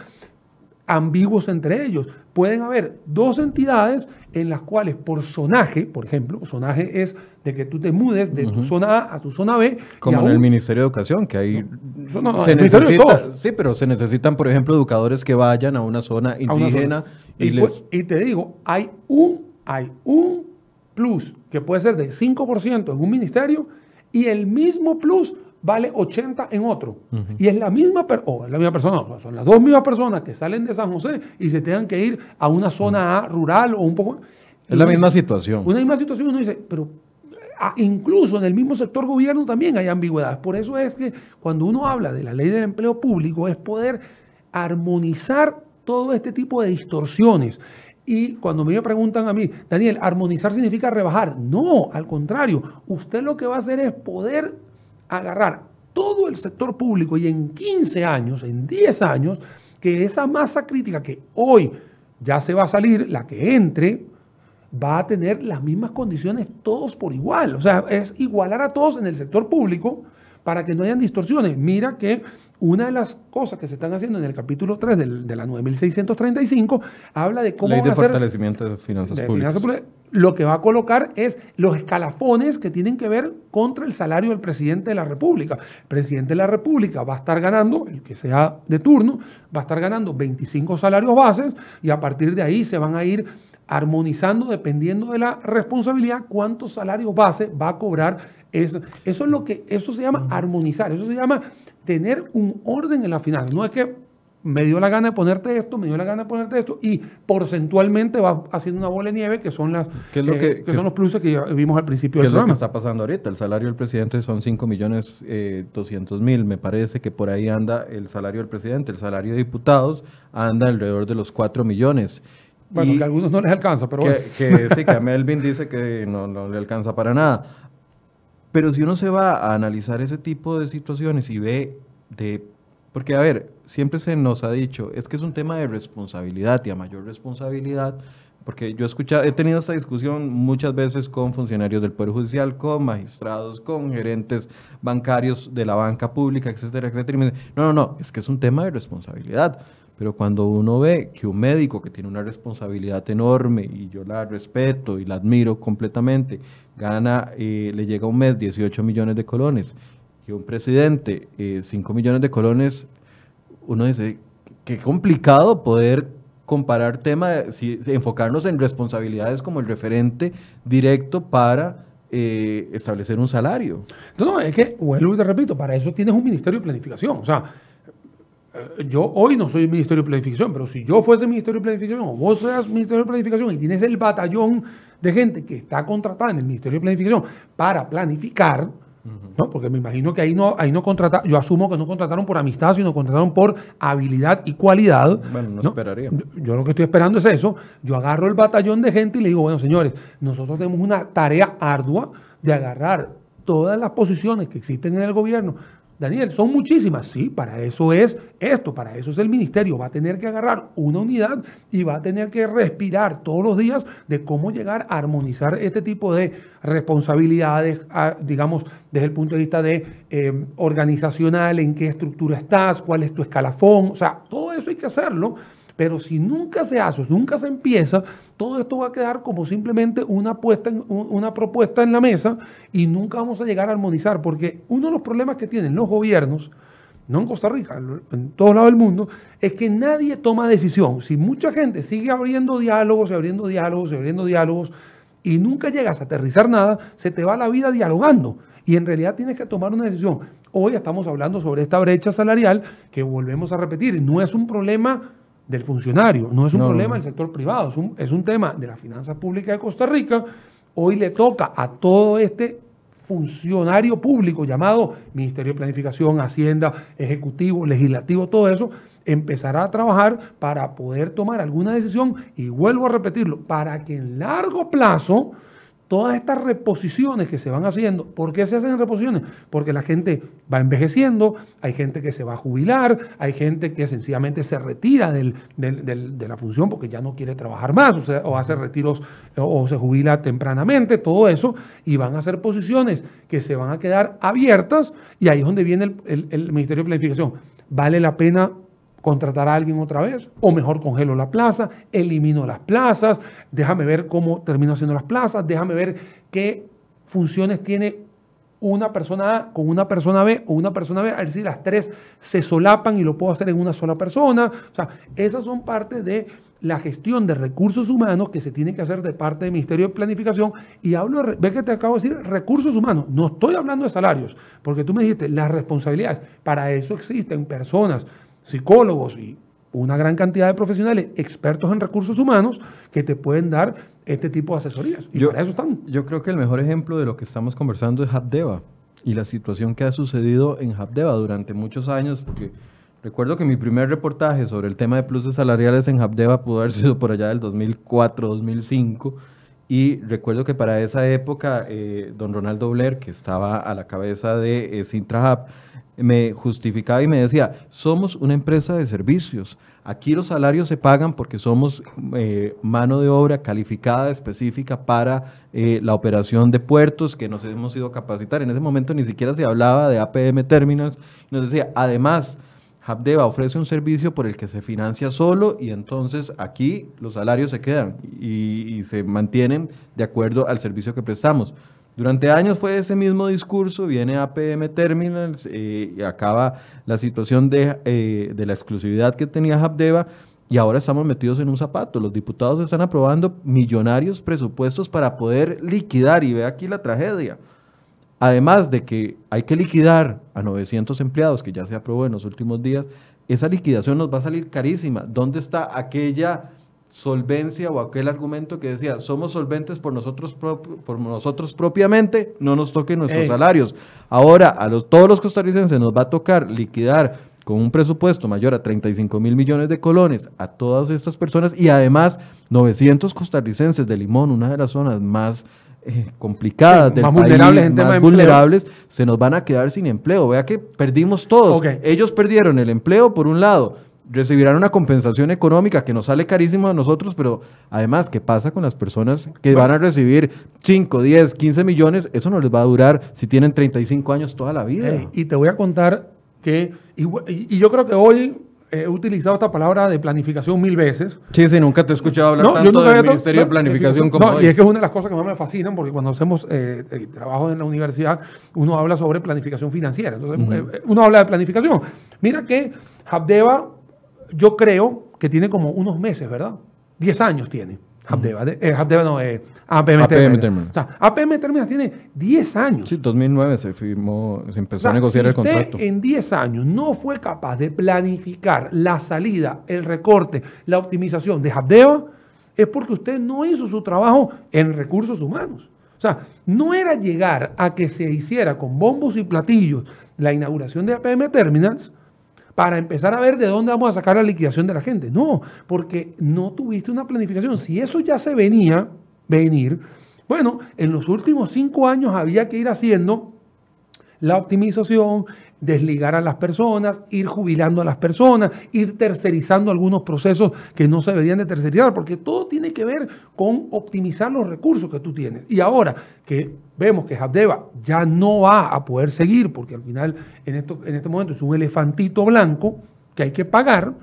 ambiguos entre ellos. Pueden haber dos entidades en las cuales por zonaje, por ejemplo, zonaje es de que tú te mudes de uh-huh. tu zona A a tu zona B. Como en aún, el Ministerio de Educación, que ahí no, no, no, se necesita, sí, pero se necesitan, por ejemplo, educadores que vayan a una zona indígena. Una zona. Y, y, les... pues, y te digo, hay un, hay un plus que puede ser de cinco por ciento en un ministerio y el mismo plus vale ochenta en otro. Uh-huh. Y es la misma, per- oh, es la misma persona, son las dos mismas personas que salen de San José y se tengan que ir a una zona A rural o un poco... Es la misma situación. Una misma situación, uno dice, pero ah, incluso en el mismo sector gobierno también hay ambigüedades. Por eso es que cuando uno habla de la ley del empleo público es poder armonizar todo este tipo de distorsiones Y cuando me preguntan a mí, Daniel, ¿armonizar significa rebajar? No, al contrario. Usted lo que va a hacer es poder agarrar todo el sector público y en quince años, en diez años, que esa masa crítica que hoy ya se va a salir, la que entre, va a tener las mismas condiciones todos por igual. O sea, es igualar a todos en el sector público para que no hayan distorsiones. Mira que una de las cosas que se están haciendo en el capítulo tres del, de la nueve mil seiscientos treinta y cinco habla de cómo Ley van de a hacer fortalecimiento de finanzas de públicas. finanzas públicas. Lo que va a colocar es los escalafones que tienen que ver contra el salario del presidente de la República. El presidente de la República va a estar ganando, el que sea de turno, va a estar ganando veinticinco salarios bases y a partir de ahí se van a ir armonizando dependiendo de la responsabilidad cuántos salarios base va a cobrar. Eso, eso es lo que, eso se llama armonizar, eso se llama tener un orden en la finanza. No es que me dio la gana de ponerte esto, me dio la gana de ponerte esto, y porcentualmente va haciendo una bola de nieve, que son las ¿Qué es lo eh, que, que que son es, los pluses que ya vimos al principio ¿qué del es lo que programa. está pasando ahorita? El salario del presidente son cinco millones doscientos mil, me parece que por ahí anda el salario del presidente. El salario de diputados anda alrededor de los cuatro millones. Bueno, y que a algunos no les alcanza, pero que, bueno. que sí, que a Melvin dice que no, no le alcanza para nada. Pero si uno se va a analizar ese tipo de situaciones y ve de... Porque, a ver, siempre se nos ha dicho, es que es un tema de responsabilidad y a mayor responsabilidad, porque yo he escuchado, he tenido esta discusión muchas veces con funcionarios del Poder Judicial, con magistrados, con gerentes bancarios de la banca pública, etcétera, etcétera, y me dicen, no, no, no, es que es un tema de responsabilidad. Pero cuando uno ve que un médico que tiene una responsabilidad enorme, y yo la respeto y la admiro completamente, gana, eh, le llega un mes dieciocho millones de colones, y un presidente eh, cinco millones de colones, uno dice, qué complicado poder comparar temas, si, enfocarnos en responsabilidades como el referente directo para eh, establecer un salario. No, no, es que, vuelvo y te repito, para eso tienes un ministerio de planificación. O sea, yo hoy no soy el Ministerio de Planificación, pero si yo fuese Ministerio de Planificación o vos seas Ministerio de Planificación y tienes el batallón de gente que está contratada en el Ministerio de Planificación para planificar, uh-huh. ¿no? Porque me imagino que ahí no, ahí no contrataron, yo asumo que no contrataron por amistad, sino contrataron por habilidad y cualidad. Bueno, no, ¿no? esperaría. Yo, yo lo que estoy esperando es eso. Yo agarro el batallón de gente y le digo, bueno, señores, nosotros tenemos una tarea ardua de agarrar todas las posiciones que existen en el gobierno. Daniel, son muchísimas. Sí, para eso es esto, para eso es el ministerio. Va a tener que agarrar una unidad y va a tener que respirar todos los días de cómo llegar a armonizar este tipo de responsabilidades, a, digamos, desde el punto de vista de eh, organizacional, en qué estructura estás, cuál es tu escalafón. O sea, todo eso hay que hacerlo. Pero si nunca se hace, nunca se empieza, todo esto va a quedar como simplemente una, puesta en, una propuesta en la mesa y nunca vamos a llegar a armonizar, porque uno de los problemas que tienen los gobiernos, no en Costa Rica, en todo lado del mundo, es que nadie toma decisión. Si mucha gente sigue abriendo diálogos y abriendo diálogos y abriendo diálogos y nunca llegas a aterrizar nada, se te va la vida dialogando y en realidad tienes que tomar una decisión. Hoy estamos hablando sobre esta brecha salarial que volvemos a repetir, no es un problema del funcionario, no es un no. problema del sector privado, es un, es un tema de la finanza pública de Costa Rica. Hoy le toca a todo este funcionario público llamado Ministerio de Planificación, Hacienda, Ejecutivo, Legislativo, todo eso, empezar a trabajar para poder tomar alguna decisión y vuelvo a repetirlo, para que en largo plazo todas estas reposiciones que se van haciendo, ¿por qué se hacen reposiciones? Porque la gente va envejeciendo, hay gente que se va a jubilar, hay gente que sencillamente se retira del, del, del, de la función porque ya no quiere trabajar más, o, sea, o hace retiros o, o se jubila tempranamente, todo eso, y van a hacer posiciones que se van a quedar abiertas y ahí es donde viene el, el, el Ministerio de Planificación. ¿Vale la pena contratar a alguien otra vez? O mejor congelo la plaza, elimino las plazas, déjame ver cómo termino haciendo las plazas, déjame ver qué funciones tiene una persona A con una persona B o una persona B, a ver si las tres se solapan y lo puedo hacer en una sola persona. O sea, esas son parte de la gestión de recursos humanos que se tiene que hacer de parte del Ministerio de Planificación. Y hablo, de, ve que te acabo de decir, recursos humanos. No estoy hablando de salarios, porque tú me dijiste las responsabilidades. Para eso existen personas, psicólogos y una gran cantidad de profesionales expertos en recursos humanos que te pueden dar este tipo de asesorías. Y yo, para eso están. Yo creo que el mejor ejemplo de lo que estamos conversando es Habdeba y la situación que ha sucedido en Habdeba durante muchos años, porque Recuerdo que mi primer reportaje sobre el tema de pluses salariales en Habdeba pudo haber sido por allá del dos mil cuatro, dos mil cinco, y recuerdo que para esa época eh, don Ronaldo Blair, que estaba a la cabeza de eh, Sintrahab, me justificaba y me decía, somos una empresa de servicios, aquí los salarios se pagan porque somos eh, mano de obra calificada específica para eh, la operación de puertos que nos hemos ido a capacitar. En ese momento ni siquiera se hablaba de A P M Terminals, nos decía, además, Habdeba ofrece un servicio por el que se financia solo y entonces aquí los salarios se quedan y, y se mantienen de acuerdo al servicio que prestamos. Durante años fue ese mismo discurso, viene A P M Terminals eh, y acaba la situación de, eh, de la exclusividad que tenía Habdeba y ahora estamos metidos en un zapato. Los diputados están aprobando millonarios presupuestos para poder liquidar, y ve aquí la tragedia. Además de que hay que liquidar a novecientos empleados, que ya se aprobó en los últimos días, esa liquidación nos va a salir carísima. ¿Dónde está aquella solvencia o aquel argumento que decía, somos solventes por nosotros, por nosotros propiamente, no nos toquen nuestros Ey. salarios? Ahora, a los, todos los costarricenses nos va a tocar liquidar con un presupuesto mayor a treinta y cinco mil millones de colones a todas estas personas y además novecientos costarricenses de Limón, una de las zonas más eh, complicadas sí, del más país, vulnerables en más tema vulnerables, de se nos van a quedar sin empleo. Vea que perdimos todos. Okay. Ellos perdieron el empleo por un lado, recibirán una compensación económica que nos sale carísimo a nosotros, pero además, ¿qué pasa con las personas que bueno, van a recibir cinco, diez, quince millones? Eso no les va a durar si tienen treinta y cinco años toda la vida. Eh, y te voy a contar que, y, y yo creo que hoy he utilizado esta palabra de planificación mil veces. Sí, sí, nunca te he escuchado hablar no, tanto del Ministerio no, de Planificación como no, hoy. Y es que es una de las cosas que más me fascinan, porque cuando hacemos eh, el trabajo en la universidad, uno habla sobre planificación financiera. Entonces, uh-huh. eh, uno habla de planificación. Mira que Habdeba, yo creo que tiene como unos meses, ¿verdad? diez años tiene Habdeba. Uh-huh. eh, Habdeba no, eh, A P M Terminals. O sea, A P M Terminals tiene diez años. Sí, dos mil nueve se firmó, se empezó o sea, a negociar si el contrato. En diez años no fue capaz de planificar la salida, el recorte, la optimización de Habdeba, es porque usted no hizo su trabajo en recursos humanos. O sea, no era llegar a que se hiciera con bombos y platillos la inauguración de A P M Terminals para empezar a ver de dónde vamos a sacar la liquidación de la gente. No, porque no tuviste una planificación. Si eso ya se venía venir, bueno, en los últimos cinco años había que ir haciendo la optimización, desligar a las personas, ir jubilando a las personas, ir tercerizando algunos procesos que no se deberían de tercerizar, porque todo tiene que ver con optimizar los recursos que tú tienes. Y ahora que vemos que Habdeba ya no va a poder seguir, porque al final en, esto, en este momento es un elefantito blanco que hay que pagar,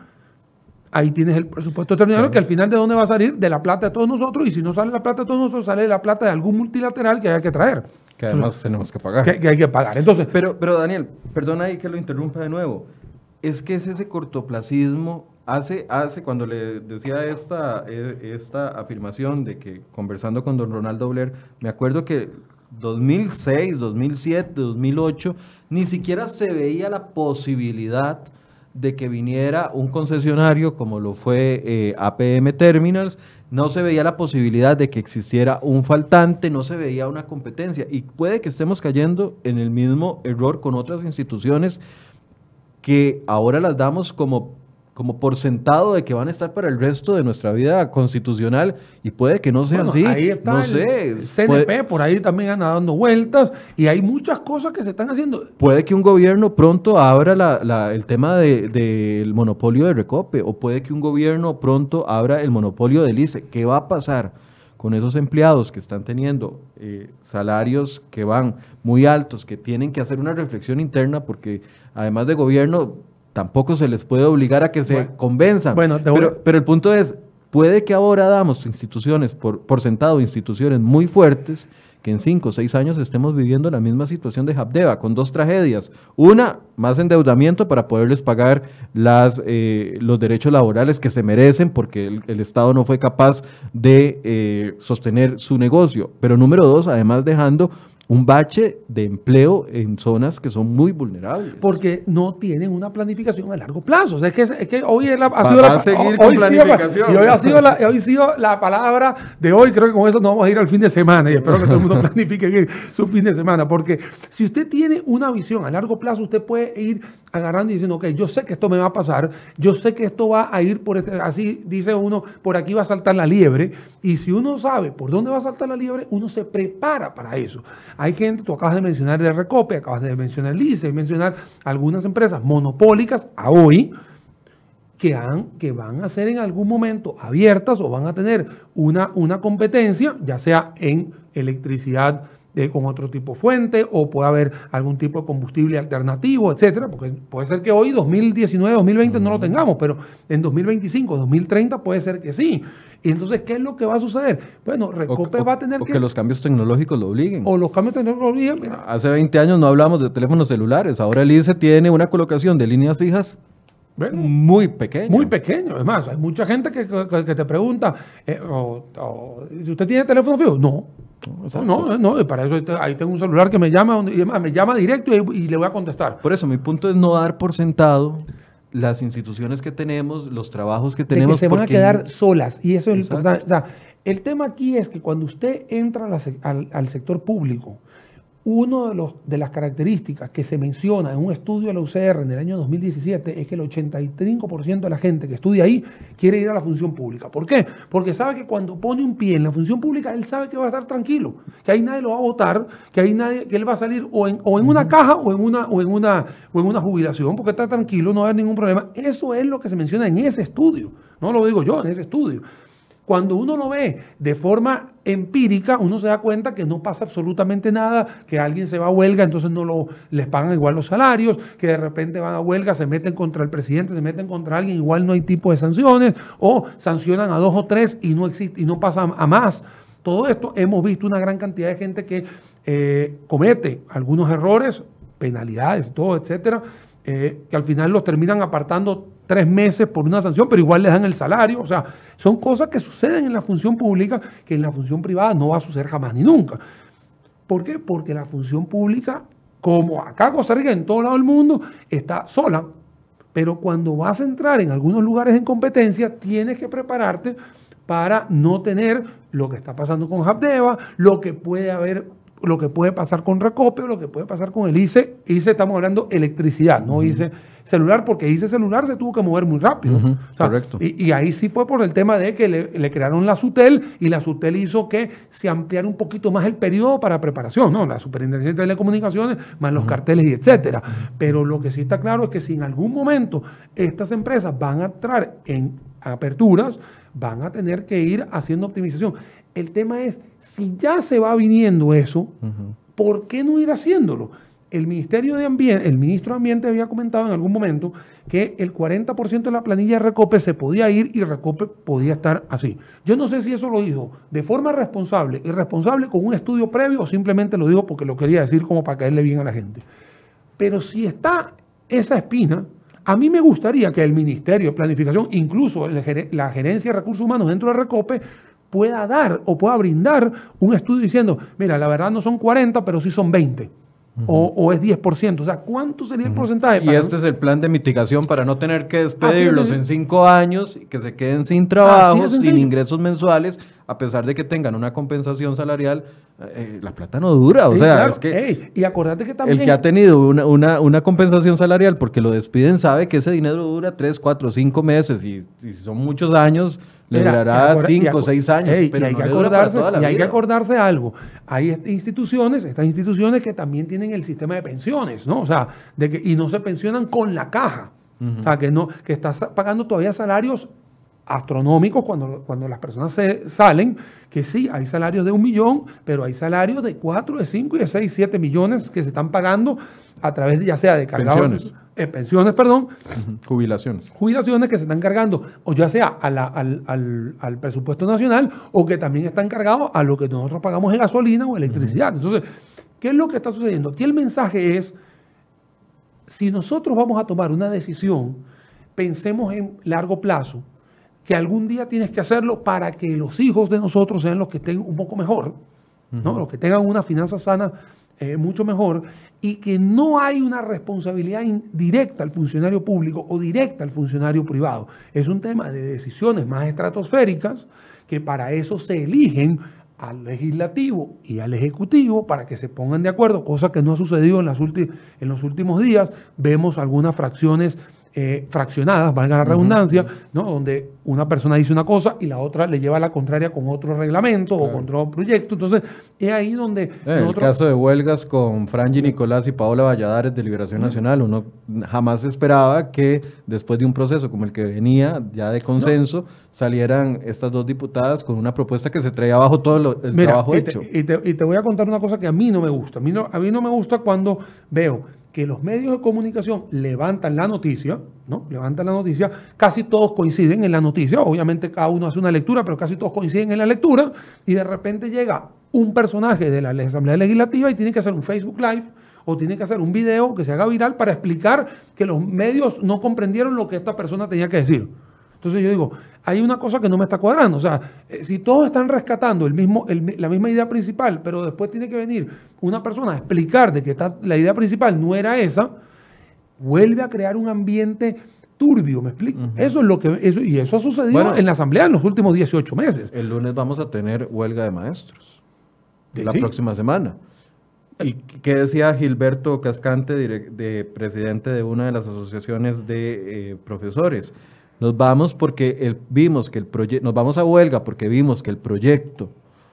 ahí tienes el presupuesto terminado, claro, que al final de dónde va a salir, de la plata de todos nosotros, y si no sale la plata de todos nosotros, sale la plata de algún multilateral que haya que traer. Que además Entonces, tenemos que pagar. Que, que hay que pagar. Entonces, pero, pero Daniel, perdona ahí que lo interrumpa de nuevo. Es que es ese cortoplacismo, hace, hace cuando le decía esta, esta afirmación de que conversando con don Ronaldo Blair, me acuerdo que dos mil seis, dos mil siete, dos mil ocho, ni siquiera se veía la posibilidad de que viniera un concesionario como lo fue eh, A P M Terminals, no se veía la posibilidad de que existiera un faltante, no se veía una competencia, y puede que estemos cayendo en el mismo error con otras instituciones que ahora las damos como, como por sentado de que van a estar para el resto de nuestra vida constitucional, y puede que no sea bueno, así, ahí está no el sé. C N P, puede, por ahí también anda dando vueltas, y hay muchas cosas que se están haciendo. Puede que un gobierno pronto abra la, la, el tema del de, de monopolio de Recope, o puede que un gobierno pronto abra el monopolio del I C E. ¿Qué va a pasar con esos empleados que están teniendo eh, salarios que van muy altos, que tienen que hacer una reflexión interna, porque además de gobierno tampoco se les puede obligar a que se bueno, convenzan? Bueno, pero, pero el punto es, puede que ahora damos instituciones, por, por sentado, instituciones muy fuertes, que en cinco o seis años estemos viviendo la misma situación de Habdeba, con dos tragedias. Una, más endeudamiento para poderles pagar las, eh, los derechos laborales que se merecen, porque el, el Estado no fue capaz de eh, sostener su negocio. Pero número dos, además dejando un bache de empleo en zonas que son muy vulnerables. Porque no tienen una planificación a largo plazo. O sea, es, que, es que hoy es la, ha Va, sido va la, a seguir hoy, con hoy planificación. Sido, y hoy ha, sido la, hoy ha sido la palabra de hoy. Creo que con eso nos vamos a ir al fin de semana, y espero que todo el mundo planifique su fin de semana. Porque si usted tiene una visión a largo plazo, usted puede ir agarrando y diciendo, ok, yo sé que esto me va a pasar, yo sé que esto va a ir por este, así dice uno, por aquí va a saltar la liebre, y si uno sabe por dónde va a saltar la liebre, uno se prepara para eso. Hay gente, tú acabas de mencionar el Recope, acabas de mencionar el I C E, mencionar algunas empresas monopólicas a hoy, que, han, que van a ser en algún momento abiertas o van a tener una, una competencia, ya sea en electricidad, Eh, con otro tipo de fuente, o puede haber algún tipo de combustible alternativo, etcétera, porque puede ser que hoy, dos mil diecinueve, dos mil veinte, uh-huh. no lo tengamos, pero en dos mil veinticinco, dos mil treinta puede ser que sí. Y entonces, ¿qué es lo que va a suceder? Bueno, Recope o, va a tener o que... que los cambios tecnológicos lo obliguen. O los cambios tecnológicos lo obliguen. Mira. Hace veinte años no hablamos de teléfonos celulares, ahora el I C E tiene una colocación de líneas fijas bueno, muy pequeña. Muy pequeño, es más, hay mucha gente que, que, que te pregunta, eh, o, o, si usted tiene teléfono fijo, no. No, no, no, para eso ahí tengo un celular que me llama, y me llama directo y, y le voy a contestar. Por eso, mi punto es no dar por sentado las instituciones que tenemos, los trabajos que tenemos. De que se van porque... a quedar solas, y eso es Exacto. lo importante. O sea, el tema aquí es que cuando usted entra a la, al, al sector público, una de, los, de las características que se menciona en un estudio de la U C R en el año dos mil diecisiete es que el ochenta y cinco por ciento de la gente que estudia ahí quiere ir a la función pública. ¿Por qué? Porque sabe que cuando pone un pie en la función pública, él sabe que va a estar tranquilo, que ahí nadie lo va a votar, que ahí nadie, que él va a salir o en, o en una caja o en una, o, en una, o en una jubilación, porque está tranquilo, no va a haber ningún problema. Eso es lo que se menciona en ese estudio, no lo digo yo, en ese estudio. Cuando uno lo ve de forma empírica, uno se da cuenta que no pasa absolutamente nada, que alguien se va a huelga, entonces no lo, les pagan igual los salarios, que de repente van a huelga, se meten contra el presidente, se meten contra alguien, igual no hay tipo de sanciones, o sancionan a dos o tres y no existe, y no pasa a más. Todo esto hemos visto una gran cantidad de gente que eh, comete algunos errores, penalidades, todo, etcétera, eh, que al final los terminan apartando tres meses por una sanción, pero igual les dan el salario. O sea, son cosas que suceden en la función pública que en la función privada no va a suceder jamás ni nunca. ¿Por qué? Porque la función pública, como acá en Costa Rica, en todo lado del mundo, está sola. Pero cuando vas a entrar en algunos lugares en competencia, tienes que prepararte para no tener lo que está pasando con Habdeba, lo que puede haber, lo que puede pasar con Recope, lo que puede pasar con el I C E. I C E estamos hablando electricidad, no uh-huh. I C E celular, porque I C E celular se tuvo que mover muy rápido. Uh-huh. O sea, correcto. Y, y ahí sí fue por el tema de que le, le crearon la SUTEL, y la SUTEL hizo que se ampliara un poquito más el periodo para preparación, ¿no? La Superintendencia de Telecomunicaciones, más los uh-huh. carteles y etcétera. Uh-huh. Pero lo que sí está claro es que si en algún momento estas empresas van a entrar en aperturas, van a tener que ir haciendo optimización. El tema es, si ya se va viniendo eso, uh-huh. ¿por qué no ir haciéndolo? El Ministerio de Ambiente, el ministro de Ambiente había comentado en algún momento que el cuarenta por ciento de la planilla de Recope se podía ir y Recope podía estar así. Yo no sé si eso lo dijo de forma responsable, irresponsable, con un estudio previo, o simplemente lo dijo porque lo quería decir como para caerle bien a la gente. Pero si está esa espina, a mí me gustaría que el Ministerio de Planificación, incluso el, la Gerencia de Recursos Humanos dentro de Recope, pueda dar o pueda brindar un estudio diciendo, mira, la verdad no son cuarenta, pero sí son veinte. Uh-huh. O, o es diez por ciento. O sea, ¿cuánto sería el uh-huh. porcentaje? Y este no... es el plan de mitigación para no tener que despedirlos en cinco años y que se queden sin trabajo, sin ingresos mensuales, a pesar de que tengan una compensación salarial. Eh, la plata no dura. O sí, sea, claro. es que Ey, y acordate que también... el que ha tenido una, una, una compensación salarial porque lo despiden sabe que ese dinero dura tres, cuatro, cinco meses y si son muchos años... Le durará cinco o seis años, ey, pero y hay, no que le dura para toda la y hay vida. que acordarse algo. Hay instituciones, estas instituciones que también tienen el sistema de pensiones, ¿no? O sea, de que, y no se pensionan con la caja. Uh-huh. O sea, que no, que estás pagando todavía salarios astronómicos cuando, cuando las personas se salen, que sí, hay salarios de un millón, pero hay salarios de cuatro, de cinco y de seis, siete millones que se están pagando a través de, ya sea de cargados, pensiones. Eh, pensiones, perdón. Uh-huh. Jubilaciones. Jubilaciones que se están cargando, o ya sea a la, al, al, al presupuesto nacional, o que también están cargados a lo que nosotros pagamos en gasolina o electricidad. Uh-huh. Entonces, ¿qué es lo que está sucediendo? Aquí el mensaje es, si nosotros vamos a tomar una decisión, pensemos en largo plazo, que algún día tienes que hacerlo para que los hijos de nosotros sean los que estén un poco mejor, uh-huh. ¿no? Los que tengan una finanza sana eh, mucho mejor, y que no hay una responsabilidad directa al funcionario público o directa al funcionario privado. Es un tema de decisiones más estratosféricas que para eso se eligen al legislativo y al ejecutivo para que se pongan de acuerdo, cosa que no ha sucedido en, las en los últimos días. Vemos algunas fracciones eh, fraccionadas, valga la redundancia, uh-huh. ¿no? Donde una persona dice una cosa y la otra le lleva la contraria con otro reglamento claro. o con otro proyecto. Entonces, es ahí donde... Eh, nosotros... El caso de huelgas con Franji Nicolás y Paola Valladares de Liberación uh-huh. Nacional, uno jamás esperaba que después de un proceso como el que venía, ya de consenso, no. salieran estas dos diputadas con una propuesta que se traía abajo todo lo, el Mira, trabajo y hecho. Te, y, te, y te voy a contar una cosa que a mí no me gusta. A mí no, a mí no me gusta cuando veo que los medios de comunicación levantan la noticia, ¿no? Levantan la noticia, casi todos coinciden en la noticia, obviamente cada uno hace una lectura, pero casi todos coinciden en la lectura, y de repente llega un personaje de la Asamblea Legislativa y tiene que hacer un Facebook Live o tiene que hacer un video que se haga viral para explicar que los medios no comprendieron lo que esta persona tenía que decir. Entonces yo digo, hay una cosa que no me está cuadrando. O sea, eh, si todos están rescatando el mismo, el, la misma idea principal, pero después tiene que venir una persona a explicar de que esta, la idea principal no era esa, vuelve a crear un ambiente turbio, ¿me explico? Uh-huh. Eso es lo que... Eso, y eso ha sucedido bueno, en la Asamblea en los últimos dieciocho meses. El lunes vamos a tener huelga de maestros. ¿De la sí? próxima semana. ¿Y qué decía Gilberto Cascante, de, de presidente de una de las asociaciones de eh, profesores? Nos vamos porque el, vimos que el proyecto, nos vamos a huelga porque vimos que el proyecto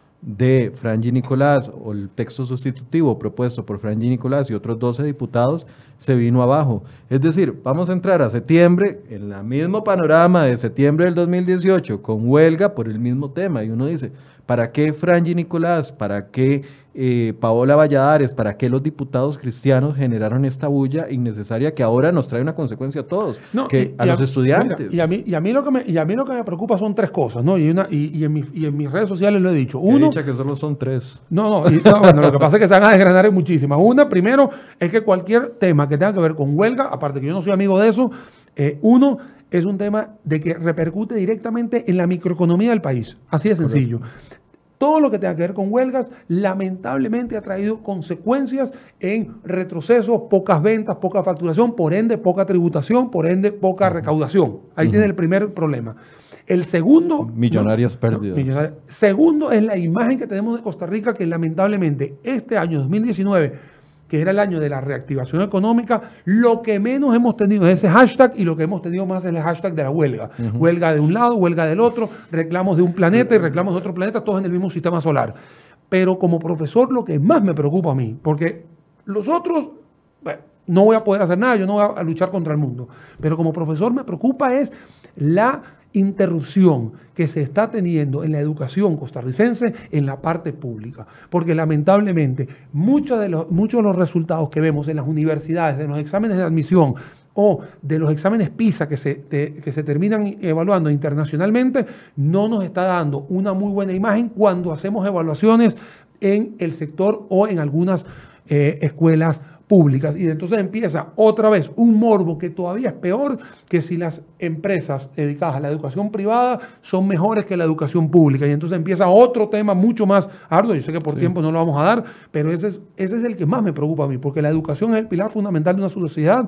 de Franji Nicolás o el texto sustitutivo propuesto por Franji Nicolás y otros doce diputados se vino abajo. Es decir, vamos a entrar a septiembre en el mismo panorama de septiembre del dos mil dieciocho con huelga por el mismo tema. Y uno dice, ¿para qué Franji Nicolás? ¿Para qué eh, Paola Valladares? ¿Para qué los diputados cristianos generaron esta bulla innecesaria que ahora nos trae una consecuencia a todos? No, que y, a y los a, estudiantes. Mira, y, a mí, y, a mí lo que me, y a mí lo que me preocupa son tres cosas, ¿no? Y, una, y, y, en, mi, y en mis redes sociales lo he dicho. Uno, que solo son tres. No, no, y, no bueno, lo que pasa es que se van a desgranar en muchísimas. Una, primero, es que cualquier tema que tenga que ver con huelga, aparte que yo no soy amigo de eso, eh, uno, es un tema de que repercute directamente en la microeconomía del país. Así de sencillo. Correcto. Todo lo que tenga que ver con huelgas, lamentablemente ha traído consecuencias en retrocesos, pocas ventas, poca facturación, por ende poca tributación, por ende poca recaudación. Ahí uh-huh. tiene el primer problema. El segundo... Millonarias no, pérdidas. No, millonarias. Segundo es la imagen que tenemos de Costa Rica, que lamentablemente este año dos mil diecinueve, que era el año de la reactivación económica, lo que menos hemos tenido es ese hashtag y lo que hemos tenido más es el hashtag de la huelga. Uh-huh. Huelga de un lado, huelga del otro, reclamos de un planeta y reclamos de otro planeta, todos en el mismo sistema solar. Pero como profesor lo que más me preocupa a mí, porque los otros, bueno, no voy a poder hacer nada, yo no voy a luchar contra el mundo, pero como profesor me preocupa es la interrupción que se está teniendo en la educación costarricense en la parte pública, porque lamentablemente muchos de los, muchos de los resultados que vemos en las universidades, en los exámenes de admisión o de los exámenes PISA que se, de, que se terminan evaluando internacionalmente, no nos está dando una muy buena imagen cuando hacemos evaluaciones en el sector o en algunas eh, escuelas públicas. Y entonces empieza otra vez un morbo que todavía es peor que si las empresas dedicadas a la educación privada son mejores que la educación pública. Y entonces empieza otro tema mucho más arduo. Yo sé que por sí. tiempo no lo vamos a dar, pero ese es, ese es el que más me preocupa a mí, porque la educación es el pilar fundamental de una sociedad.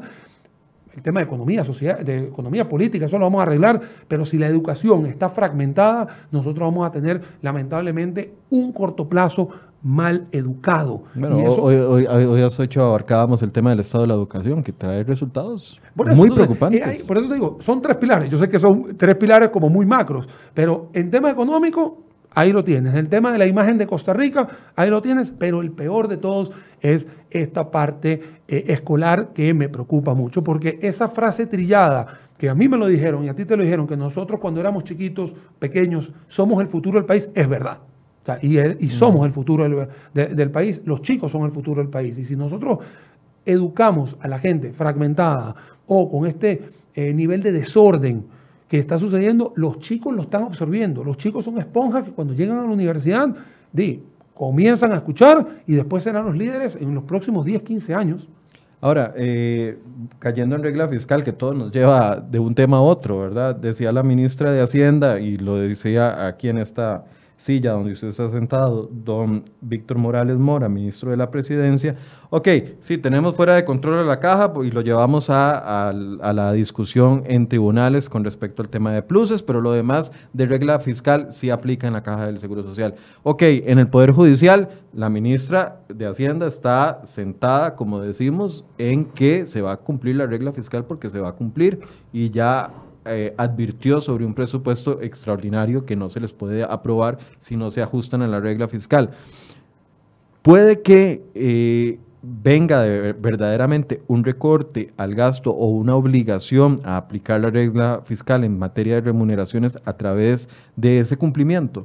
El tema de economía, sociedad, de economía política, eso lo vamos a arreglar, pero si la educación está fragmentada, nosotros vamos a tener lamentablemente un corto plazo mal educado. Bueno, y eso, hoy, hoy, hoy, hoy hace ocho abarcábamos el tema del estado de la educación, que trae resultados por eso, muy entonces, preocupantes. Eh, hay, por eso te digo, son tres pilares. Yo sé que son tres pilares como muy macros, pero en tema económico, ahí lo tienes. En el tema de la imagen de Costa Rica, ahí lo tienes, pero el peor de todos es esta parte eh, escolar que me preocupa mucho, porque esa frase trillada, que a mí me lo dijeron y a ti te lo dijeron, que nosotros cuando éramos chiquitos, pequeños, somos el futuro del país, es verdad. O sea, y, y somos el futuro del, de, del país, los chicos son el futuro del país. Y si nosotros educamos a la gente fragmentada o con este eh, nivel de desorden que está sucediendo, los chicos lo están absorbiendo. Los chicos son esponjas que cuando llegan a la universidad, di, comienzan a escuchar y después serán los líderes en los próximos diez, quince años. Ahora, eh, cayendo en regla fiscal, que todo nos lleva de un tema a otro, ¿verdad? Decía la ministra de Hacienda, y lo decía aquí en esta, silla donde usted está sentado, don Víctor Morales Mora, ministro de la Presidencia. Ok, sí, tenemos fuera de control a la caja y lo llevamos a, a, a la discusión en tribunales con respecto al tema de pluses, pero lo demás de regla fiscal sí aplica en la caja del Seguro Social. Ok, en el Poder Judicial, la ministra de Hacienda está sentada, como decimos, en que se va a cumplir la regla fiscal porque se va a cumplir y ya eh, advirtió sobre un presupuesto extraordinario que no se les puede aprobar si no se ajustan a la regla fiscal. Puede que eh, venga de verdaderamente un recorte al gasto o una obligación a aplicar la regla fiscal en materia de remuneraciones a través de ese cumplimiento.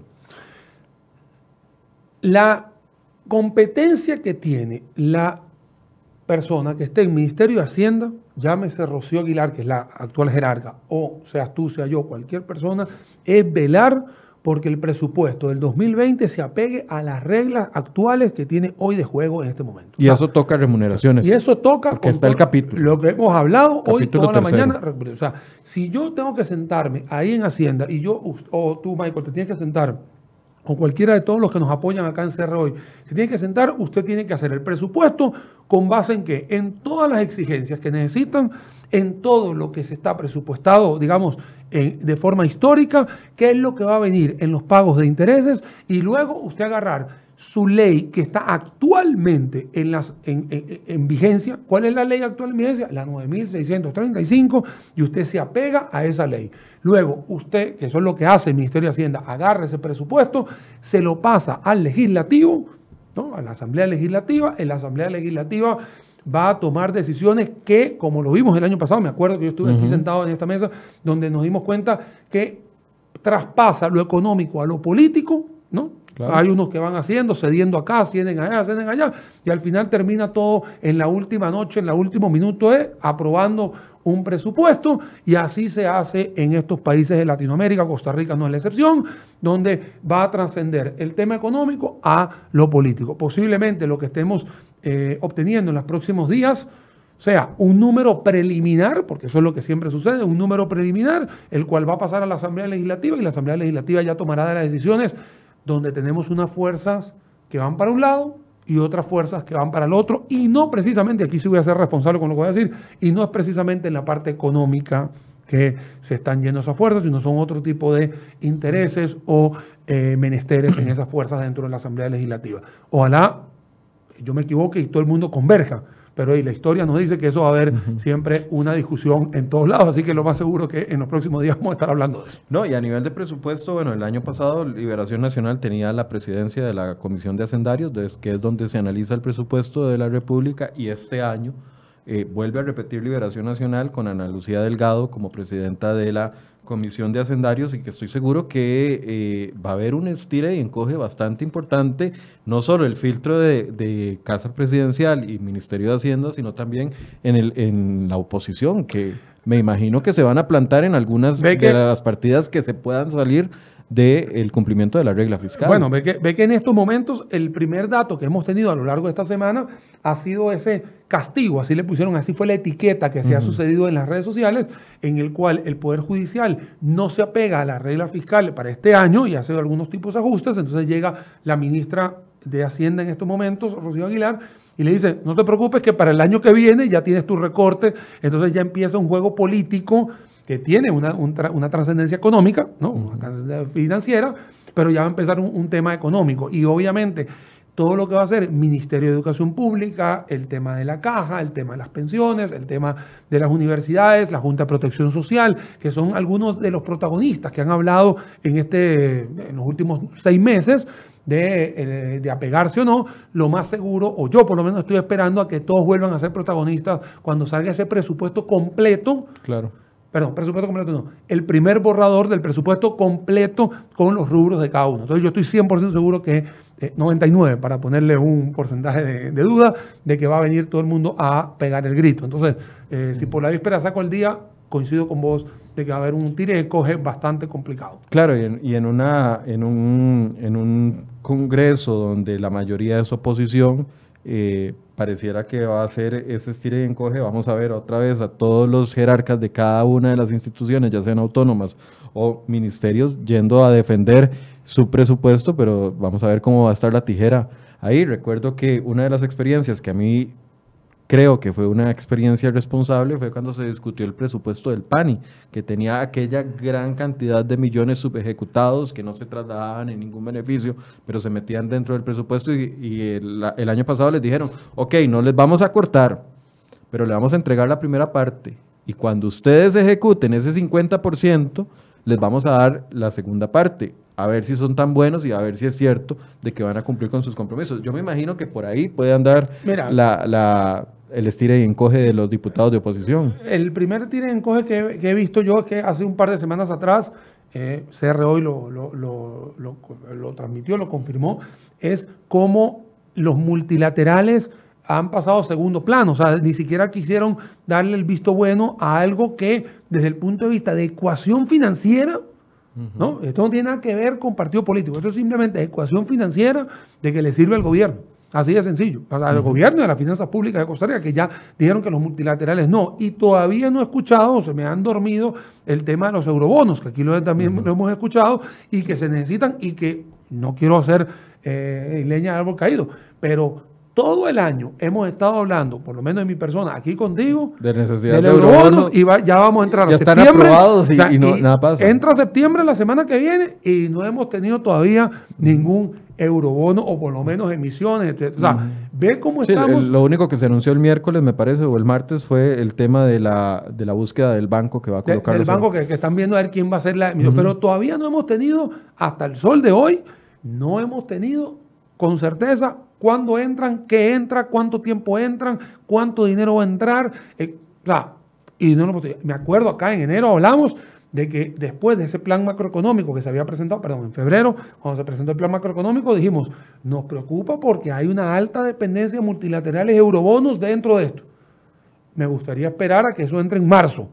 La competencia que tiene la persona que esté en el Ministerio de Hacienda, llámese Rocío Aguilar, que es la actual jerarca, o seas tú, sea yo, cualquier persona, es velar porque el presupuesto del dos mil veinte se apegue a las reglas actuales que tiene hoy de juego en este momento. Y o sea, eso toca remuneraciones. Y eso toca porque está el capítulo. Lo que hemos hablado capítulo hoy toda tercero. la mañana. O sea, si yo tengo que sentarme ahí en Hacienda y yo, o tú, Michael, te tienes que sentar, o cualquiera de todos los que nos apoyan acá en C R hoy, se tiene que sentar, usted tiene que hacer el presupuesto con base en qué? En todas las exigencias que necesitan, en todo lo que se está presupuestado, digamos, en, de forma histórica, qué es lo que va a venir en los pagos de intereses, y luego usted agarrar su ley que está actualmente en, las, en, en, en vigencia. ¿Cuál es la ley actual en vigencia? La nueve mil seiscientos treinta y cinco, y usted se apega a esa ley. Luego, usted, que eso es lo que hace el Ministerio de Hacienda, agarra ese presupuesto, se lo pasa al legislativo, ¿no? A la Asamblea Legislativa. En la Asamblea Legislativa va a tomar decisiones que, como lo vimos el año pasado, me acuerdo que yo estuve uh-huh. aquí sentado en esta mesa, donde nos dimos cuenta que traspasa lo económico a lo político, ¿no? Claro. Hay unos que van haciendo, cediendo acá, ceden allá, ceden allá, y al final termina todo en la última noche, en el último minuto, de aprobando un presupuesto, y así se hace en estos países de Latinoamérica. Costa Rica no es la excepción, donde va a trascender el tema económico a lo político. Posiblemente lo que estemos eh, obteniendo en los próximos días sea un número preliminar, porque eso es lo que siempre sucede, un número preliminar, el cual va a pasar a la Asamblea Legislativa, y la Asamblea Legislativa ya tomará de las decisiones, donde tenemos unas fuerzas que van para un lado y otras fuerzas que van para el otro, y no precisamente, aquí sí voy a ser responsable con lo que voy a decir, y no es precisamente en la parte económica que se están yendo esas fuerzas, sino son otro tipo de intereses o eh, menesteres en esas fuerzas dentro de la Asamblea Legislativa. Ojalá yo me equivoque y todo el mundo converja, pero hey, la historia nos dice que eso va a haber uh-huh. siempre una discusión en todos lados, así que lo más seguro que en los próximos días vamos a estar hablando de eso. No, y a nivel de presupuesto, bueno, el año pasado Liberación Nacional tenía la presidencia de la Comisión de Hacendarios, que es donde se analiza el presupuesto de la República, y este año eh, vuelve a repetir Liberación Nacional con Ana Lucía Delgado como presidenta de la Comisión de Hacendarios, y que estoy seguro que eh, va a haber un estire y encoge bastante importante, no solo el filtro de, de Casa Presidencial y Ministerio de Hacienda, sino también en, el, en la oposición, que me imagino que se van a plantar en algunas de las partidas que se puedan salir del cumplimiento de la regla fiscal. Bueno, ve que, ve que en estos momentos el primer dato que hemos tenido a lo largo de esta semana ha sido ese castigo, así le pusieron, así fue la etiqueta que se uh-huh. ha sucedido en las redes sociales, en el cual el Poder Judicial no se apega a la regla fiscal para este año y hace algunos tipos de ajustes. Entonces llega la ministra de Hacienda en estos momentos, Rocío Aguilar, y le dice, no te preocupes que para el año que viene ya tienes tu recorte. Entonces ya empieza un juego político que tiene una, un tra- una trascendencia económica, ¿no? Una trascendencia financiera, pero ya va a empezar un, un tema económico. Y obviamente todo lo que va a hacer el Ministerio de Educación Pública, el tema de la caja, el tema de las pensiones, el tema de las universidades, la Junta de Protección Social, que son algunos de los protagonistas que han hablado en, este, en los últimos seis meses, De, de apegarse o no. Lo más seguro, o yo por lo menos estoy esperando a que todos vuelvan a ser protagonistas cuando salga ese presupuesto completo. Claro. Perdón, presupuesto completo no. El primer borrador del presupuesto completo con los rubros de cada uno. Entonces yo estoy cien por ciento seguro que, eh, noventa y nueve, para ponerle un porcentaje de, de duda, de que va a venir todo el mundo a pegar el grito. Entonces, eh, si por la víspera saco el día, coincido con vos de que va a haber un tire y coge bastante complicado. Claro, y en, y en, una, en, un, en un congreso donde la mayoría es oposición, eh, pareciera que va a ser ese estire y encoge. Vamos a ver otra vez a todos los jerarcas de cada una de las instituciones, ya sean autónomas o ministerios, yendo a defender su presupuesto, pero vamos a ver cómo va a estar la tijera ahí. Recuerdo que una de las experiencias que a mí creo que fue una experiencia responsable fue cuando se discutió el presupuesto del PANI, que tenía aquella gran cantidad de millones subejecutados que no se trasladaban en ningún beneficio, pero se metían dentro del presupuesto y, y el, el año pasado les dijeron, ok, no les vamos a cortar, pero le vamos a entregar la primera parte y cuando ustedes ejecuten ese cincuenta por ciento, les vamos a dar la segunda parte, a ver si son tan buenos y a ver si es cierto de que van a cumplir con sus compromisos. Yo me imagino que por ahí puede andar Mira, la, la, el estire y encoge de los diputados de oposición. El primer tire y encoge que, que he visto yo es que hace un par de semanas atrás, eh, C R hoy lo, lo, lo, lo, lo transmitió, lo confirmó, es cómo los multilaterales han pasado a segundo plano, o sea, ni siquiera quisieron darle el visto bueno a algo que desde el punto de vista de ecuación financiera, uh-huh. ¿no? Esto no tiene nada que ver con partido político, esto es simplemente ecuación financiera de que le sirve al gobierno, así de sencillo, o sea, al uh-huh. gobierno y a las finanzas públicas de Costa Rica, que ya dijeron que los multilaterales no, y todavía no he escuchado, se me han dormido el tema de los eurobonos, que aquí lo, también uh-huh. lo hemos escuchado, y que se necesitan, y que no quiero hacer eh, leña de árbol caído, pero todo el año hemos estado hablando, por lo menos en mi persona, aquí contigo, de necesidad del de eurobonos, y va, ya vamos a entrar ya a septiembre. Ya están aprobados y, o sea, y, no, y nada pasa. Entra septiembre la semana que viene y no hemos tenido todavía ningún eurobono o por lo menos emisiones, etcétera. O sea, uh-huh. ve cómo sí, estamos. El, lo único que se anunció el miércoles, me parece, o el martes, fue el tema de la, de la búsqueda del banco que va a colocar. De, del banco que, que están viendo a ver quién va a ser la emisión. Uh-huh. Pero todavía no hemos tenido, hasta el sol de hoy, no hemos tenido con certeza cuándo entran, qué entra, cuánto tiempo entran, cuánto dinero va a entrar. Eh, o sea, y no lo, me acuerdo acá en enero hablamos de que después de ese plan macroeconómico que se había presentado, perdón, en febrero, cuando se presentó el plan macroeconómico, dijimos, nos preocupa porque hay una alta dependencia de multilaterales eurobonos dentro de esto. Me gustaría esperar a que eso entre en marzo.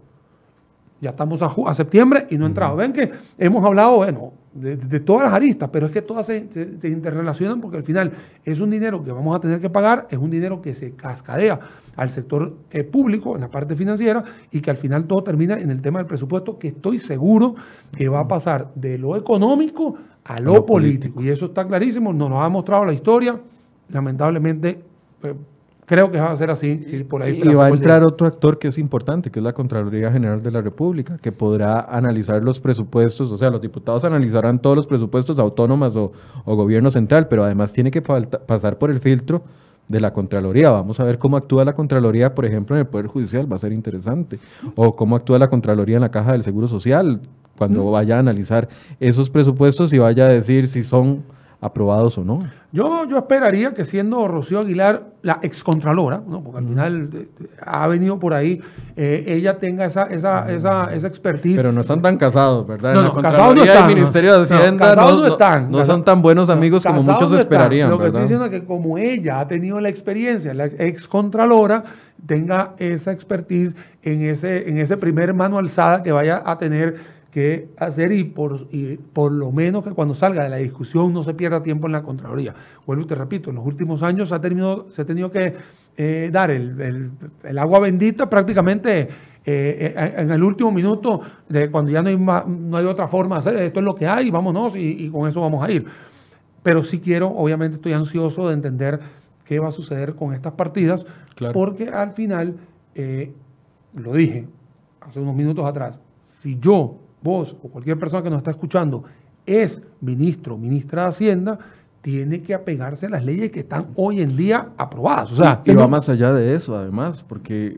Ya estamos a, a septiembre y no ha entrado. Ven que hemos hablado, bueno, de, de todas las aristas, pero es que todas se, se, se interrelacionan porque al final es un dinero que vamos a tener que pagar, es un dinero que se cascadea al sector eh, público, en la parte financiera, y que al final todo termina en el tema del presupuesto, que estoy seguro que va a pasar de lo económico a lo, a lo político. político. Y eso está clarísimo, nos lo ha mostrado la historia, lamentablemente. Eh, Creo que va a ser así. Sí, por ahí y va a entrar otro actor que es importante, que es la Contraloría General de la República, que podrá analizar los presupuestos, o sea, los diputados analizarán todos los presupuestos autónomas o, o gobierno central, pero además tiene que falta, pasar por el filtro de la Contraloría. Vamos a ver cómo actúa la Contraloría, por ejemplo, en el Poder Judicial, va a ser interesante. O cómo actúa la Contraloría en la Caja del Seguro Social, cuando mm. vaya a analizar esos presupuestos y vaya a decir si son aprobados o no. Yo, yo esperaría que siendo Rocío Aguilar la excontralora, ¿no? Porque al final eh, ha venido por ahí, eh, ella tenga esa, esa, esa, esa expertise. Pero no están tan casados, ¿verdad? No, en la no, Contraloría no están, del Ministerio de Hacienda no, no, no, están, no, no son tan buenos amigos no, como muchos no esperarían. Lo que ¿verdad? estoy diciendo es que como ella ha tenido la experiencia, la excontralora, tenga esa expertise en ese, en ese primer mano alzada que vaya a tener que hacer y por, y por lo menos que cuando salga de la discusión no se pierda tiempo en la Contraloría. Vuelvo y te repito, en los últimos años se ha, terminado, se ha tenido que eh, dar el, el, el agua bendita prácticamente eh, en el último minuto, de cuando ya no hay, más, no hay otra forma de hacer, esto es lo que hay, vámonos y, y con eso vamos a ir. Pero sí quiero, obviamente estoy ansioso de entender qué va a suceder con estas partidas, claro. Porque al final, eh, lo dije hace unos minutos atrás, si yo vos o cualquier persona que nos está escuchando es ministro o ministra de Hacienda, tiene que apegarse a las leyes que están hoy en día aprobadas. O sea, y va no... más allá de eso, además, porque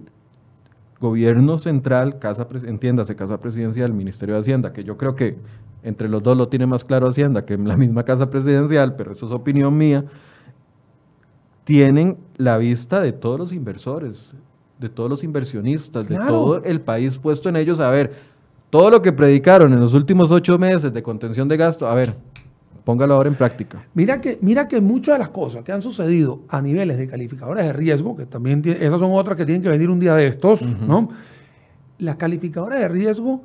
gobierno central, casa, entiéndase, casa presidencial, Ministerio de Hacienda, que yo creo que entre los dos lo tiene más claro Hacienda que la misma casa presidencial, pero eso es opinión mía, tienen la vista de todos los inversores, de todos los inversionistas, claro. De todo el país puesto en ellos a ver. Todo lo que predicaron en los últimos ocho meses de contención de gasto, a ver, póngalo ahora en práctica. Mira que, mira que muchas de las cosas que han sucedido a niveles de calificadores de riesgo, que también tiene, esas son otras que tienen que venir un día de estos, uh-huh. ¿no? Las calificadoras de riesgo,